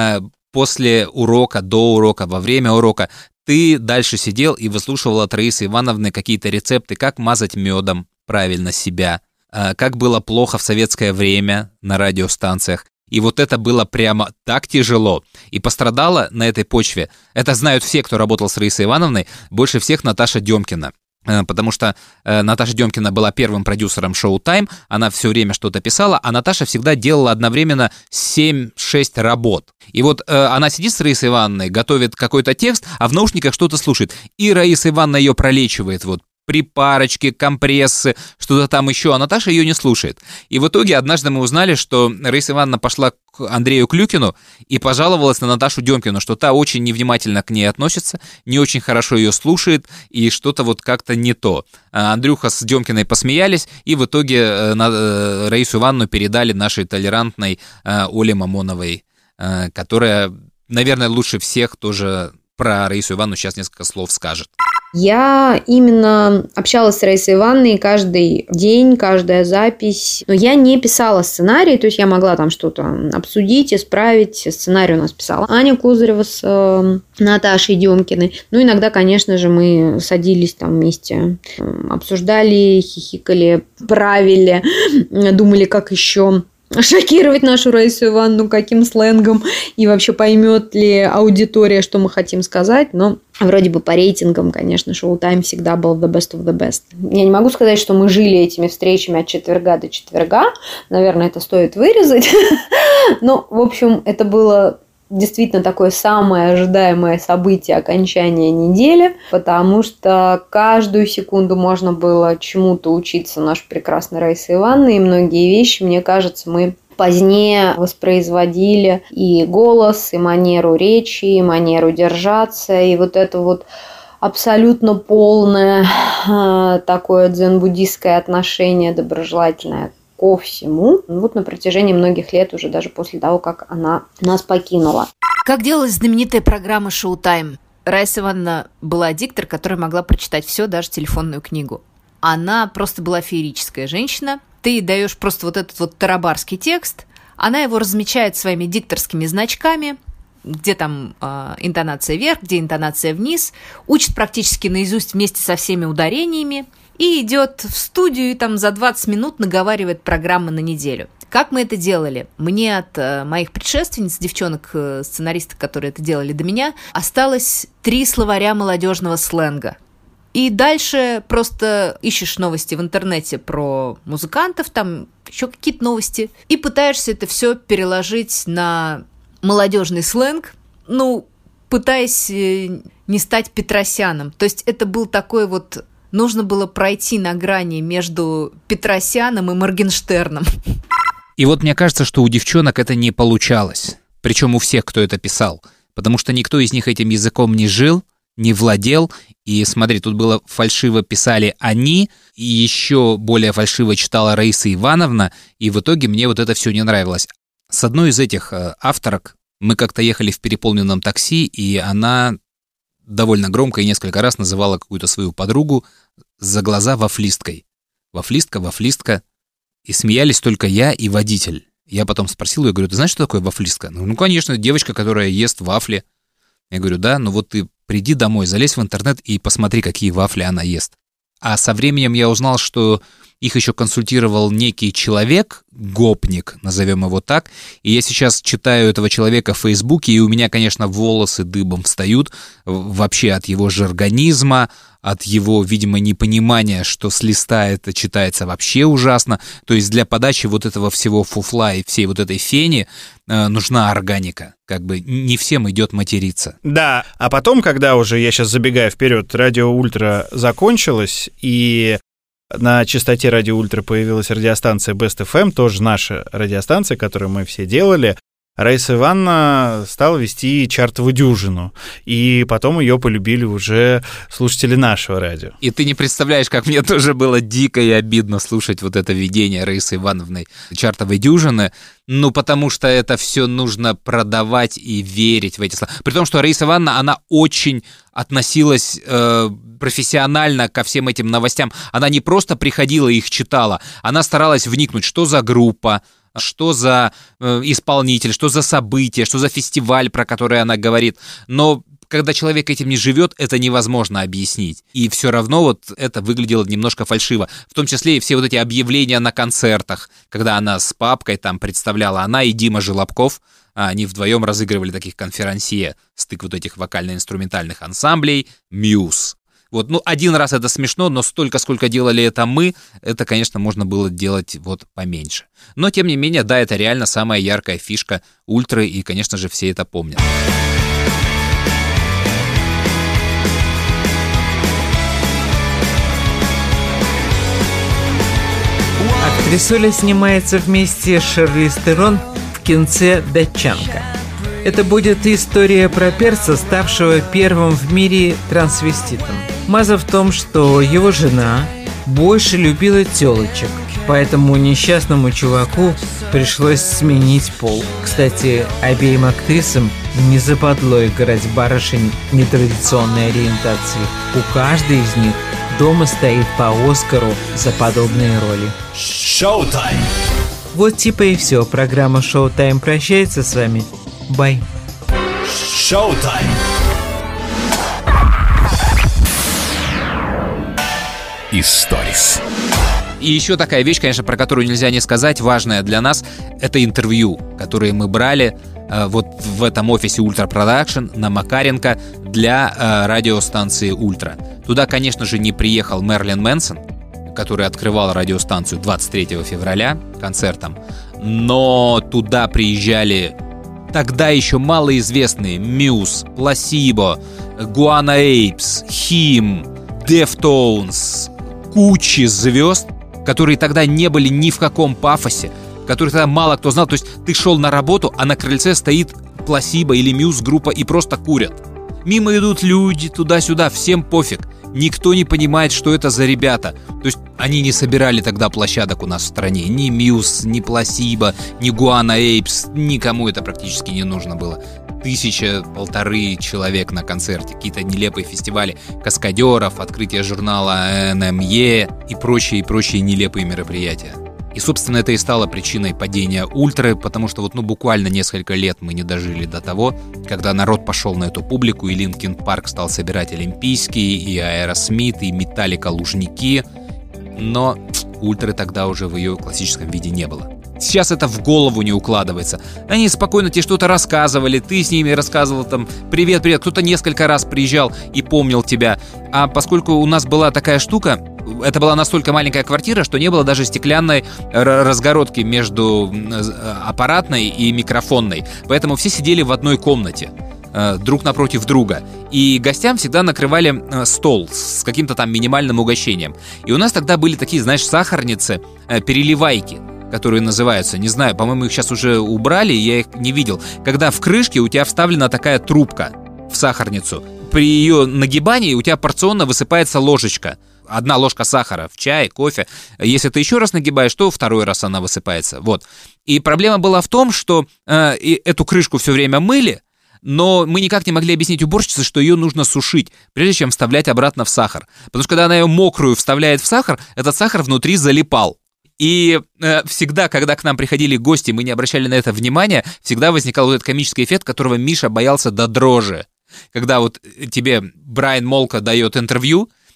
после урока, до урока, во время урока, ты дальше сидел и выслушивал от Раисы Ивановны какие-то рецепты, как мазать медом правильно себя, как было плохо в советское время на радиостанциях. И вот это было прямо так тяжело. И пострадала на этой почве, это знают все, кто работал с Раисой Ивановной, больше всех Наташа Демкина. Потому что Наташа Демкина была первым продюсером шоу «Тайм», она все время что-то писала, а Наташа всегда делала одновременно семь-шесть работ. И вот она сидит с Раисой Ивановной, готовит какой-то текст, а в наушниках что-то слушает. И Раиса Ивановна ее пролечивает вот. Припарочки, компрессы, что-то там еще, а Наташа ее не слушает. И в итоге однажды мы узнали, что Раиса Ивановна пошла к Андрею Клюкину и пожаловалась на Наташу Демкину, что та очень невнимательно к ней относится, не очень хорошо ее слушает, и что-то вот как-то не то. Андрюха с Демкиной посмеялись, и в итоге Раису Ивановну передали нашей толерантной Оле Мамоновой, которая, наверное, лучше всех тоже про Раису Ивановну сейчас несколько слов скажет. Я именно общалась с Раисой Ивановной каждый день, каждая запись. Но я не писала сценарий, то есть я могла там что-то обсудить, исправить. Сценарий у нас писала Аня Козырева с э, Наташей Демкиной. Ну, иногда, конечно же, мы садились там вместе, обсуждали, хихикали, правили, думали, как еще шокировать нашу Раису Ивановну, каким сленгом, и вообще поймет ли аудитория, что мы хотим сказать. Но вроде бы по рейтингам, конечно, шоу-тайм всегда был the best of the best. Я не могу сказать, что мы жили этими встречами от четверга до четверга. Наверное, это стоит вырезать. Но, в общем, это было действительно такое самое ожидаемое событие окончания недели, потому что каждую секунду можно было чему-то учиться нашей прекрасной Раисы Ивановны, и многие вещи, мне кажется, мы позднее воспроизводили и голос, и манеру речи, и манеру держаться, и вот это вот абсолютно полное э, такое дзен-буддистское отношение, доброжелательное ко всему, вот на протяжении многих лет, уже даже после того, как она нас покинула. Как делалась знаменитая программа «Шоу-тайм»? Раиса Ивановна была диктор, которая могла прочитать все, даже телефонную книгу. Она просто была феерическая женщина. Ты даешь просто вот этот вот тарабарский текст, она его размечает своими дикторскими значками, где там э, интонация вверх, где интонация вниз, учит практически наизусть вместе со всеми ударениями, и идет в студию и там за двадцать минут наговаривает программы на неделю. Как мы это делали? Мне от э, моих предшественниц, девчонок, э, сценаристок, которые это делали до меня, осталось три словаря молодежного сленга. И дальше просто ищешь новости в интернете про музыкантов, там еще какие-то новости, и пытаешься это все переложить на молодежный сленг, ну, пытаясь не стать Петросяном. То есть это был такой вот... Нужно было пройти на грани между Петросяном и Моргенштерном. И вот мне кажется, что у девчонок это не получалось. Причем у всех, кто это писал. Потому что никто из них этим языком не жил, не владел. И смотри, тут было фальшиво писали они, и еще более фальшиво читала Раиса Ивановна, и в итоге мне вот это все не нравилось. С одной из этих авторок мы как-то ехали в переполненном такси, и она довольно громко и несколько раз называла какую-то свою подругу за глаза вафлисткой. Вафлистка, вафлистка. И смеялись только я и водитель. Я потом спросил ее, говорю, ты знаешь, что такое вафлистка? Ну, ну, конечно, девочка, которая ест вафли. Я говорю, да, ну вот ты приди домой, залезь в интернет и посмотри, какие вафли она ест. А со временем я узнал, что их еще консультировал некий человек, гопник, назовем его так, и я сейчас читаю этого человека в Фейсбуке, и у меня, конечно, волосы дыбом встают вообще от его жаргонизма, от его, видимо, непонимания, что с листа это читается вообще ужасно. То есть для подачи вот этого всего фуфла и всей вот этой фени э, нужна органика. Как бы не всем идет материться. Да, а потом, когда уже, я сейчас забегаю вперед, радио Ультра закончилось, и на частоте радио Ультра появилась радиостанция Best эф эм, тоже наша радиостанция, которую мы все делали. Раиса Ивановна стала вести чартовую дюжину, и потом ее полюбили уже слушатели нашего радио. И ты не представляешь, как мне тоже было дико и обидно слушать вот это видение Раисы Ивановны чартовой дюжины, ну, потому что это все нужно продавать и верить в эти слова. При том, что Раиса Ивановна, она очень относилась э, профессионально ко всем этим новостям. Она не просто приходила и их читала, она старалась вникнуть, что за группа, что за э, исполнитель, что за событие, что за фестиваль, про который она говорит. Но когда человек этим не живет, это невозможно объяснить. И все равно вот это выглядело немножко фальшиво. В том числе и все вот эти объявления на концертах, когда она с папкой там представляла, она и Дима Желобков, они вдвоем разыгрывали таких конферансье, стык вот этих вокально-инструментальных ансамблей, Мьюз. Вот, ну, один раз это смешно, но столько, сколько делали это мы, это, конечно, можно было делать вот поменьше. Но, тем не менее, да, это реально самая яркая фишка Ультры, и, конечно же, все это помнят. Актрисуля снимается вместе с Шарлиз Терон в кинце «Датчанка». Это будет история про перца, ставшего первым в мире трансвеститом. Маза в том, что его жена больше любила тёлочек, поэтому несчастному чуваку пришлось сменить пол. Кстати, обеим актрисам не западло играть барышень нетрадиционной ориентации. У каждой из них дома стоит по Оскару за подобные роли. Шоу-тайм! Вот типа и все. Программа «Шоу-тайм» прощается с вами. Бай. Шоу-тайм! Историс. И еще такая вещь, конечно, про которую нельзя не сказать, важная для нас, это интервью, которые мы брали э, вот в этом офисе Ультра Продакшн на Макаренко для э, радиостанции Ультра. Туда, конечно же, не приехал Мерлин Мэнсон, который открывал радиостанцию двадцать третьего февраля концертом, но туда приезжали тогда еще малоизвестные Мьюз, Пласибо, Гуана Эйпс, Хим, Дефтоунс, кучи звезд, которые тогда не были ни в каком пафосе, которых тогда мало кто знал. То есть ты шел на работу, а на крыльце стоит Пласибо или Мьюз группа и просто курят. Мимо идут люди туда-сюда, всем пофиг. Никто не понимает, что это за ребята. То есть они не собирали тогда площадок у нас в стране. Ни Мьюз, ни Пласибо, ни Гуана Эйпс. Никому это практически не нужно было. Тысяча, полторы человек на концерте. Какие-то нелепые фестивали каскадеров, открытие журнала эн эм е и прочие, и прочие нелепые мероприятия. И, собственно, это и стало причиной падения Ультры, потому что вот, ну, буквально несколько лет мы не дожили до того, когда народ пошел на эту публику, и Линкин Парк стал собирать Олимпийские, и Аэросмит, и Металлика Лужники, но Ультры тогда уже в ее классическом виде не было. Сейчас это в голову не укладывается. Они спокойно тебе что-то рассказывали, ты с ними рассказывал там «Привет, привет», кто-то несколько раз приезжал и помнил тебя. А поскольку у нас была такая штука, это была настолько маленькая квартира, что не было даже стеклянной разгородки между аппаратной и микрофонной. Поэтому все сидели в одной комнате, друг напротив друга. И гостям всегда накрывали стол с каким-то там минимальным угощением. И у нас тогда были такие, знаешь, сахарницы, переливайки, которые называются, не знаю, по-моему, их сейчас уже убрали, я их не видел. Когда в крышке у тебя вставлена такая трубка в сахарницу. При ее нагибании у тебя порционно высыпается ложечка. Одна ложка сахара в чай, кофе. Если ты еще раз нагибаешь, то второй раз она высыпается. Вот. И проблема была в том, что э, эту крышку все время мыли, но мы никак не могли объяснить уборщице, что ее нужно сушить, прежде чем вставлять обратно в сахар. Потому что когда она ее мокрую вставляет в сахар, этот сахар внутри залипал. И э, всегда, когда к нам приходили гости, мы не обращали на это внимания, всегда возникал вот этот комический эффект, которого Миша боялся до дрожи. Когда вот тебе Брайан Молко дает интервью,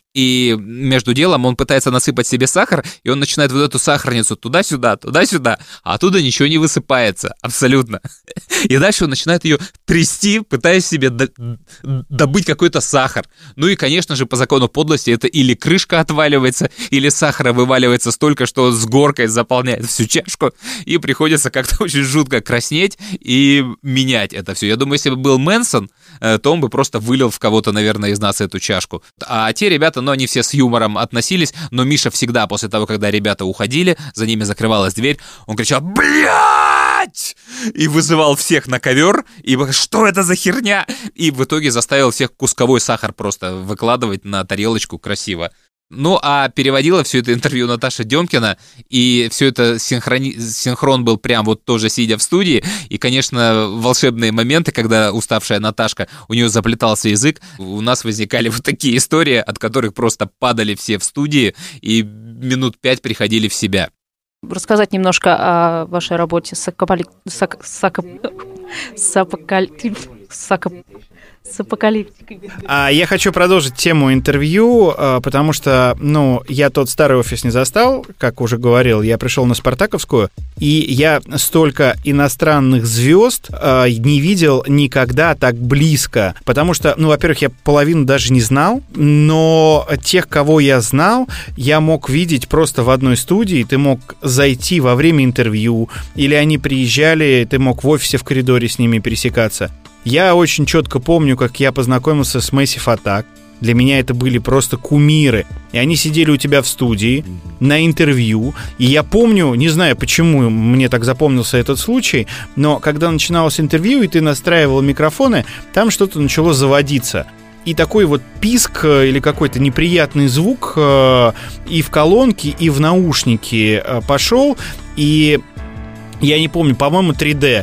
И между делом он пытается насыпать себе сахар, и он начинает вот эту сахарницу туда-сюда, туда-сюда, а оттуда ничего не высыпается, абсолютно. И дальше он начинает ее трясти, пытаясь себе до- добыть какой-то сахар. Ну и, конечно же, по закону подлости это или крышка отваливается, или сахара вываливается столько, что он с горкой заполняет всю чашку, и приходится как-то очень жутко краснеть и менять это все. Я думаю, если бы был Мэнсон, то он бы просто вылил в кого-то, наверное, из нас эту чашку. А те ребята, ну, они все с юмором относились, но Миша всегда после того, когда ребята уходили, за ними закрывалась дверь, он кричал «Блядь!» и вызывал всех на ковер, и что это за херня? И в итоге заставил всех кусковой сахар просто выкладывать на тарелочку красиво. Ну, а переводила все это интервью Наташа Демкина, и все это синхрони... синхрон был прям вот тоже сидя в студии, и, конечно, волшебные моменты, когда уставшая Наташка, у нее заплетался язык, у нас возникали вот такие истории, от которых просто падали все в студии, и минут пять приходили в себя. Рассказать немножко о вашей работе с акапали... с ак... с акап... с апокаль... с акап... с апокалиптикой. А я хочу продолжить тему интервью, потому что, ну, я тот старый офис не застал, как уже говорил, я пришел на Спартаковскую, и я столько иностранных звезд не видел никогда так близко, потому что, ну, во-первых, я половину даже не знал, но тех, кого я знал, я мог видеть просто в одной студии, ты мог зайти во время интервью, или они приезжали, ты мог в офисе в коридоре с ними пересекаться. Я очень четко помню, как я познакомился с Massive Attack. Для меня это были просто кумиры. И они сидели у тебя в студии на интервью. И я помню, не знаю, почему мне так запомнился этот случай, но когда начиналось интервью, и ты настраивал микрофоны, там что-то начало заводиться. И такой вот писк или какой-то неприятный звук и в колонке, и в наушнике пошел. И я не помню, по-моему, три дэ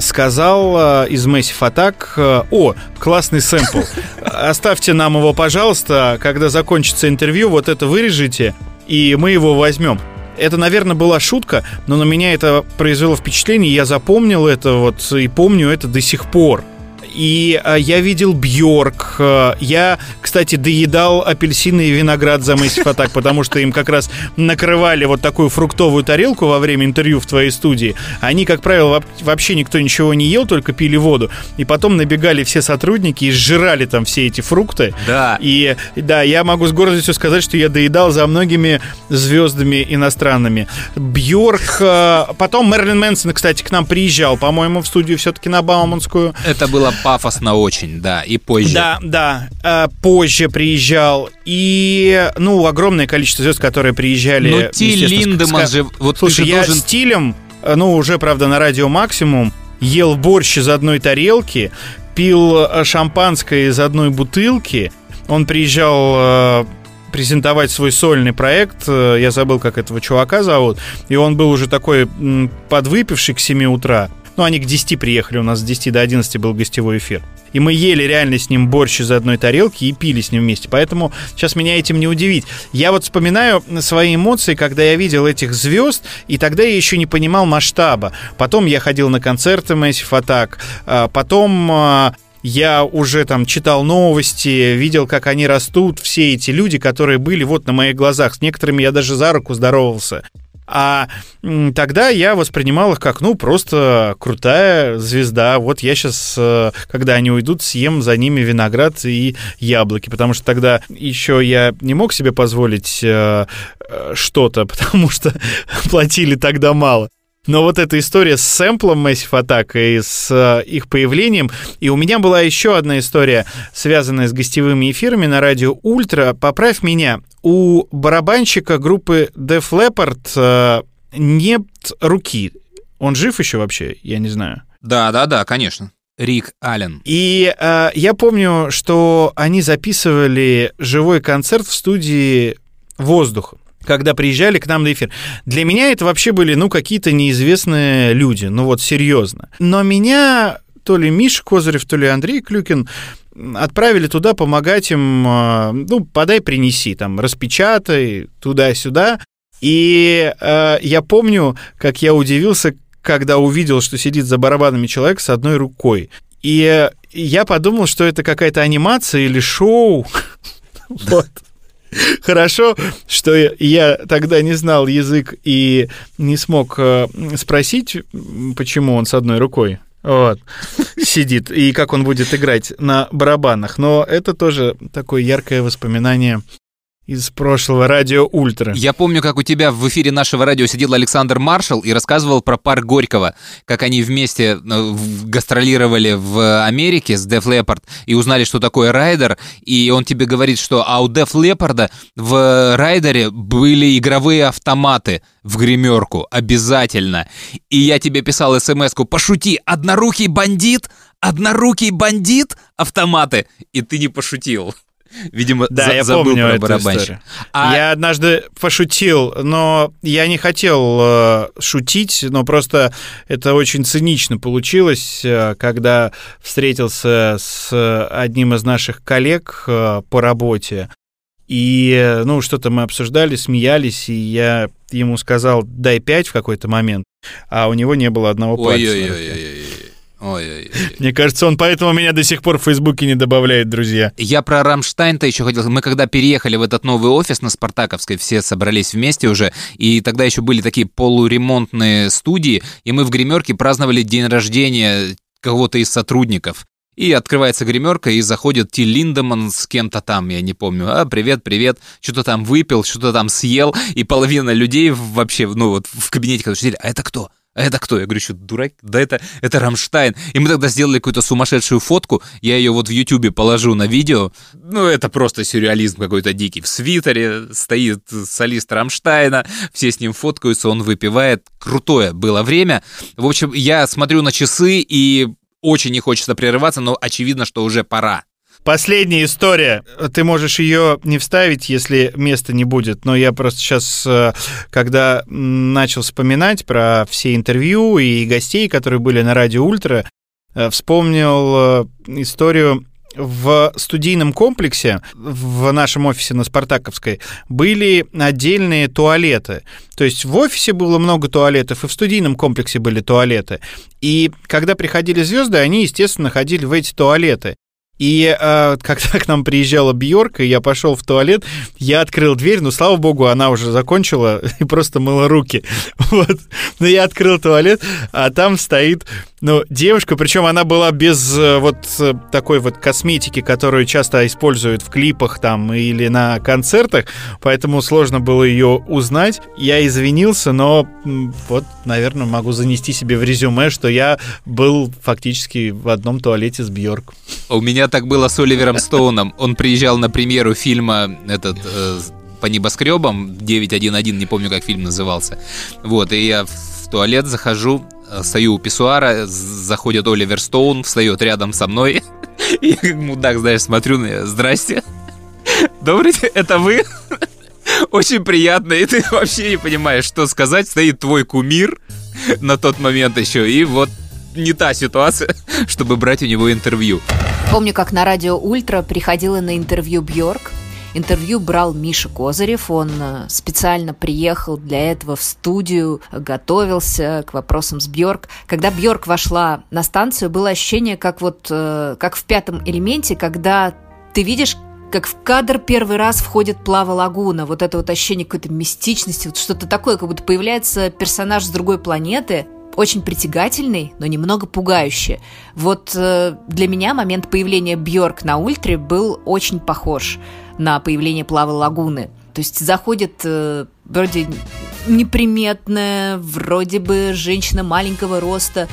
сказал из Massive Attack: о, классный сэмпл, оставьте нам его, пожалуйста, когда закончится интервью, вот это вырежите, и мы его возьмем. Это, наверное, была шутка, но на меня это произвело впечатление, я запомнил это вот и помню это до сих пор. И а, я видел Бьорк. Я, кстати, доедал апельсины и виноград за Massive Attack, потому что им как раз накрывали вот такую фруктовую тарелку во время интервью в твоей студии. Они, как правило, вообще никто ничего не ел, только пили воду. И потом набегали все сотрудники и сжирали там все эти фрукты. Да. И да, я могу с гордостью сказать, что я доедал за многими звездами иностранными. Бьорк. Потом Мэрилин Мэнсон, кстати, к нам приезжал, по-моему, в студию все-таки на Бауманскую. Это было пафосно очень, да, и позже. Да, да, э, позже приезжал. И, ну, огромное количество звезд, которые приезжали. Ну, Тиль Линдеманн же... Вот слушай, я должен... с Тилем, ну, уже, правда, на Радио Максимум, ел борщ из одной тарелки, пил шампанское из одной бутылки. Он приезжал... Э, презентовать свой сольный проект, я забыл, как этого чувака зовут, и он был уже такой подвыпивший к семи утра. Ну, они к десяти приехали, у нас с десяти до одиннадцати был гостевой эфир. И мы ели реально с ним борщ из одной тарелки и пили с ним вместе. Поэтому сейчас меня этим не удивить. Я вот вспоминаю свои эмоции, когда я видел этих звезд, и тогда я еще не понимал масштаба. Потом я ходил на концерты Massive Attack, потом... Я уже там читал новости, видел, как они растут, все эти люди, которые были вот на моих глазах. С некоторыми я даже за руку здоровался. А тогда я воспринимал их как, ну, просто крутая звезда. Вот я сейчас, когда они уйдут, съем за ними виноград и яблоки. Потому что тогда еще я не мог себе позволить что-то, потому что платили тогда мало. Но вот эта история с сэмплом Massive Attack и с э, их появлением. И у меня была еще одна история, связанная с гостевыми эфирами на радио Ультра. Поправь меня, у барабанщика группы Def Leppard э, нет руки. Он жив еще вообще? Я не знаю. Да-да-да, конечно. Рик Аллен. И э, я помню, что они записывали живой концерт в студии «Воздух», когда приезжали к нам на эфир. Для меня это вообще были, ну, какие-то неизвестные люди, ну вот серьезно. Но меня то ли Миша Козырев, то ли Андрей Клюкин отправили туда помогать им, ну, подай, принеси, там, распечатай, туда-сюда. И э, я помню, как я удивился, когда увидел, что сидит за барабанами человек с одной рукой. И я подумал, что это какая-то анимация или шоу. Вот. Хорошо, что я тогда не знал язык и не смог спросить, почему он с одной рукой вот, сидит и как он будет играть на барабанах. Но это тоже такое яркое воспоминание из прошлого радио «Ультра». Я помню, как у тебя в эфире нашего радио сидел Александр Маршал и рассказывал про парк Горького, как они вместе гастролировали в Америке с Def Leppard и узнали, что такое райдер, и он тебе говорит, что а у Def Leppard в райдере были игровые автоматы в гримерку, обязательно. И я тебе писал смс-ку: пошути, однорукий бандит, однорукий бандит, автоматы, и ты не пошутил. Видимо, да, за- я забыл помню про эту барабанщика. историю. А... Я однажды пошутил, но я не хотел э, шутить, но просто это очень цинично получилось, э, когда встретился с одним из наших коллег э, по работе, и, э, ну, что-то мы обсуждали, смеялись, и я ему сказал: дай пять в какой-то момент, а у него не было одного пальца. Ой-ой-ой. Ой-ой-ой. Мне кажется, он поэтому меня до сих пор в Фейсбуке не добавляет, друзья. Я про Рамштайн-то еще хотел. Мы когда переехали в этот новый офис на Спартаковской, все собрались вместе уже, и тогда еще были такие полуремонтные студии, и мы в гримерке праздновали день рождения кого-то из сотрудников. И открывается гримерка, и заходит Тиль Линдеман с кем-то там, я не помню. А, привет, привет, что-то там выпил, что-то там съел, и половина людей вообще, ну вот в кабинете, когда сидели: а это кто? А это кто? Я говорю: что, дурак? Да это, это Рамштайн. И мы тогда сделали какую-то сумасшедшую фотку, я ее вот в Ютубе положу на видео. Ну, это просто сюрреализм какой-то дикий. В свитере стоит солист Рамштайна, все с ним фоткаются, он выпивает. Крутое было время. В общем, я смотрю на часы, и очень не хочется прерываться, но очевидно, что уже пора. Последняя история. Ты можешь ее не вставить, если места не будет, но я просто сейчас, когда начал вспоминать про все интервью и гостей, которые были на радио «Ультра», вспомнил историю. В студийном комплексе в нашем офисе на Спартаковской были отдельные туалеты. То есть в офисе было много туалетов, и в студийном комплексе были туалеты. И когда приходили звезды, они, естественно, ходили в эти туалеты. И э, когда к нам приезжала Бьорк, и я пошел в туалет, я открыл дверь, но, слава богу, она уже закончила и просто мыла руки. Вот. Но я открыл туалет, а там стоит, ну, девушка, причем она была без вот такой вот косметики, которую часто используют в клипах там или на концертах, поэтому сложно было ее узнать. Я извинился, но вот, наверное, могу занести себе в резюме, что я был фактически в одном туалете с Бьорк. У меня так было с Оливером Стоуном. Он приезжал на премьеру фильма этот э, по небоскребам девять один один, не помню, как фильм назывался. Вот, и я в туалет захожу, стою у писсуара, заходит Оливер Стоун, встает рядом со мной. И я как мудак, знаешь, смотрю на нее: здрасте. Добрый день, это вы? Очень приятно, и ты вообще не понимаешь, что сказать. Стоит твой кумир на тот момент еще, и вот не та ситуация, чтобы брать у него интервью. Помню, как на радио «Ультра» приходила на интервью Бьорк. Интервью брал Миша Козырев. Он специально приехал для этого в студию, готовился к вопросам с Бьорк. Когда Бьорк вошла на станцию, было ощущение, как вот как в «Пятом элементе», когда ты видишь, как в кадр первый раз входит Плава Лагуна. Вот это вот ощущение какой-то мистичности, вот что-то такое, как будто появляется персонаж с другой планеты, очень притягательный, но немного пугающий. Вот э, для меня момент появления Бьорк на «Ультре» был очень похож на появление Плавы Лагуны. То есть заходит э, вроде неприметная, вроде бы женщина маленького роста,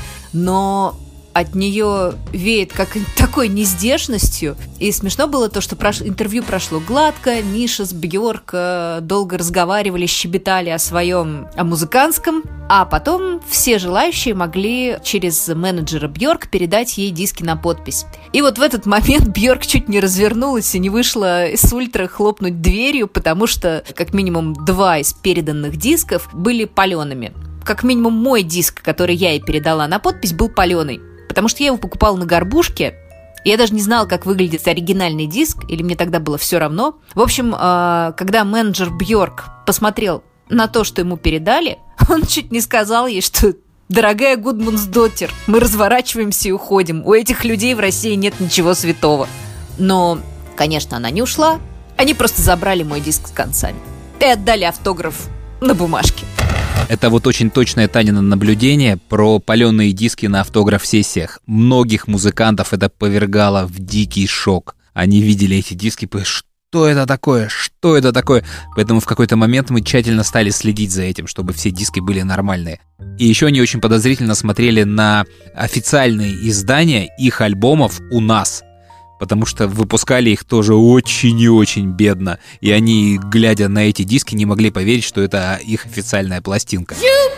но от нее веет как такой нездешностью. И смешно было то, что прош... интервью прошло гладко, Миша с Бьорк долго разговаривали, щебетали о своем, о музыкантском, а потом все желающие могли через менеджера Бьорк передать ей диски на подпись. И вот в этот момент Бьорк чуть не развернулась и не вышла из «Ультра» хлопнуть дверью, потому что как минимум два из переданных дисков были палеными. Как минимум мой диск, который я ей передала на подпись, был паленый. Потому что я его покупала на горбушке, и я даже не знала, как выглядит оригинальный диск, или мне тогда было все равно. В общем, когда менеджер Бьорк посмотрел на то, что ему передали, он чуть не сказал ей, что: дорогая Гудмунсдоттер, мы разворачиваемся и уходим. У этих людей в России нет ничего святого. Но, конечно, она не ушла. Они просто забрали мой диск с концами и отдали автограф на бумажке. Это вот очень точное Танино наблюдение про паленые диски на автограф-сессиях. Многих музыкантов это повергало в дикий шок. Они видели эти диски, что это такое, что это такое. Поэтому в какой-то момент мы тщательно стали следить за этим, чтобы все диски были нормальные. И еще они очень подозрительно смотрели на официальные издания их альбомов у нас. Потому что выпускали их тоже очень и очень бедно. И они, глядя на эти диски, не могли поверить, что это их официальная пластинка.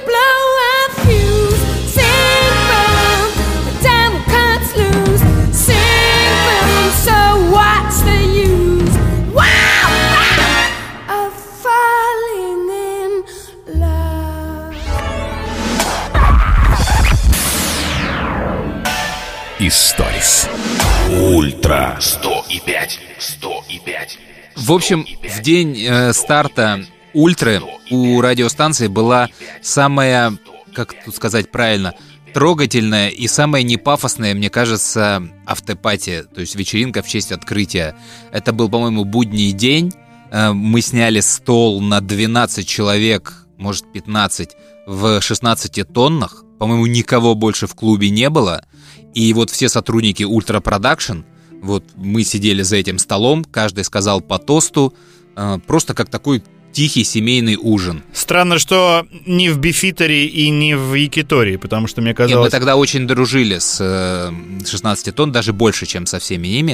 Историс. Ультра сто и пять. сто и пять. В общем, в день э, старта Ультры у радиостанции была самая, как тут сказать правильно, трогательная и самая непафосная, мне кажется, автопати, то есть вечеринка в честь открытия. Это был, по-моему, будний день. Э, мы сняли стол на двенадцать человек, может пятнадцать, в шестнадцати тоннах. По-моему, никого больше в клубе не было. И вот все сотрудники Ультра Продакшн, вот мы сидели за этим столом, каждый сказал по тосту, э, просто как такой тихий семейный ужин. Странно, что не в Бифитере и не в Якитории, потому что мне казалось... Нет, мы тогда очень дружили с э, шестнадцати тонн, даже больше, чем со всеми ними.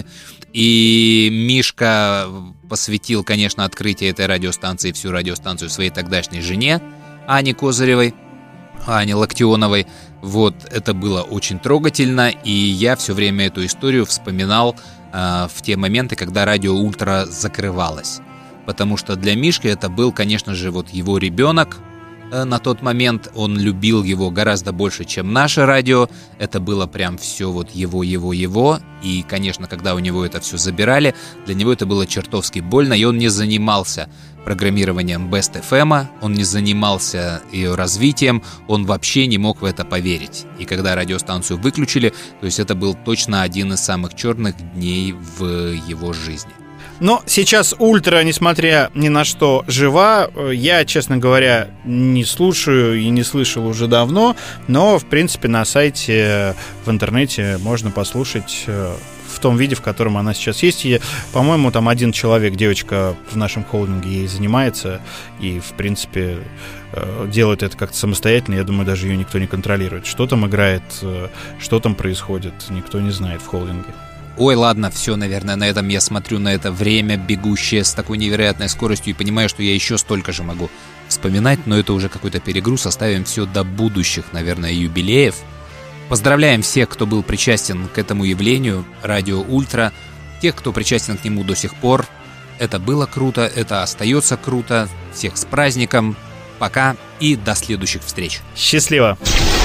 И Мишка посвятил, конечно, открытие этой радиостанции, всю радиостанцию своей тогдашней жене, Ане Козыревой, Ане Локтионовой. Вот, это было очень трогательно, и я все время эту историю вспоминал э, в те моменты, когда радио Ультра закрывалось. Потому что для Мишки это был, конечно же, вот его ребенок э, на тот момент. Он любил его гораздо больше, чем наше радио. Это было прям все вот его, его, его. И, конечно, когда у него это все забирали, для него это было чертовски больно, и он не занимался программированием Best эф эм, он не занимался ее развитием, он вообще не мог в это поверить. И когда радиостанцию выключили, то есть это был точно один из самых черных дней в его жизни. Но сейчас Ультра, несмотря ни на что, жива. Я, честно говоря, не слушаю и не слышал уже давно, но, в принципе, на сайте, в интернете можно послушать в том виде, в котором она сейчас есть. И, по-моему, там один человек, девочка в нашем холдинге ей занимается и, в принципе, делает это как-то самостоятельно. Я думаю, даже ее никто не контролирует. Что там играет, что там происходит, никто не знает в холдинге. Ой, ладно, все, наверное, на этом я смотрю на это время, бегущее с такой невероятной скоростью, и понимаю, что я еще столько же могу вспоминать, но это уже какой-то перегруз. Оставим все до будущих, наверное, юбилеев. Поздравляем всех, кто был причастен к этому явлению, радио Ультра, тех, кто причастен к нему до сих пор. Это было круто, это остается круто. Всех с праздником, пока и до следующих встреч. Счастливо!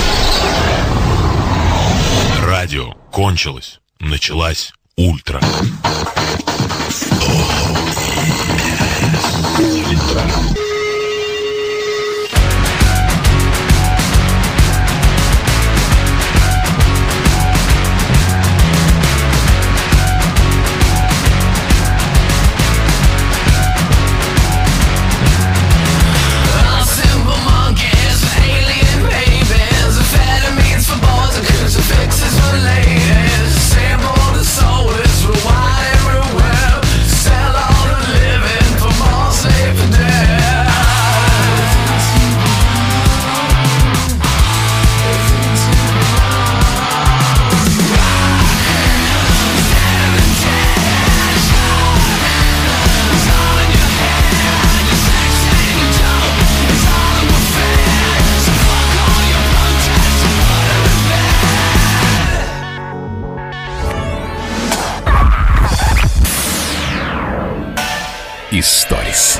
Радио кончилось. Началась Ультра. Ультра. Историс.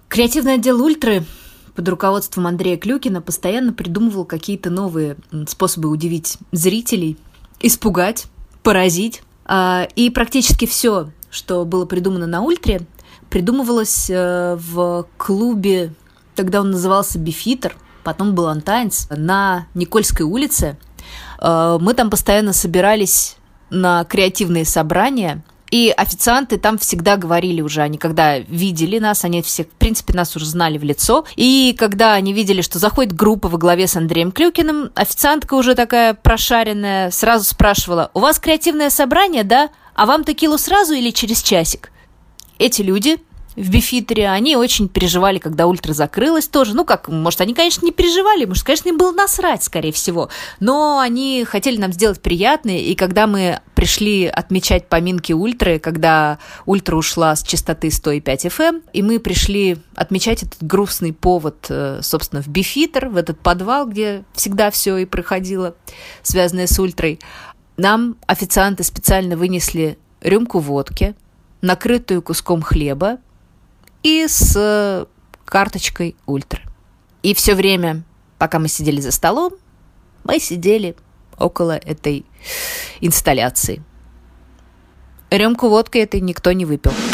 Креативный отдел «Ультры» под руководством Андрея Клюкина постоянно придумывал какие-то новые способы удивить зрителей, испугать, поразить. И практически все, что было придумано на «Ультре», придумывалось в клубе, тогда он назывался «Бифитер», потом был «Антайнс», на Никольской улице. Мы там постоянно собирались на креативные собрания, и официанты там всегда говорили уже, они когда видели нас, они все, в принципе, нас уже знали в лицо, и когда они видели, что заходит группа во главе с Андреем Клюкиным, официантка уже такая прошаренная сразу спрашивала: «У вас креативное собрание, да? А вам текилу сразу или через часик?» Эти люди в Бифитере, они очень переживали, когда «Ультра» закрылась тоже. Ну, как, может, они, конечно, не переживали, может, конечно, им было насрать, скорее всего. Но они хотели нам сделать приятное, и когда мы пришли отмечать поминки «Ультры», когда «Ультра» ушла с частоты сто и пять эф эм, и мы пришли отмечать этот грустный повод, собственно, в Бифитер, в этот подвал, где всегда все и проходило, связанное с «Ультрой», нам официанты специально вынесли рюмку водки, накрытую куском хлеба, и с карточкой «Ультры». И все время, пока мы сидели за столом, мы сидели около этой инсталляции. Рюмку водки этой никто не выпил.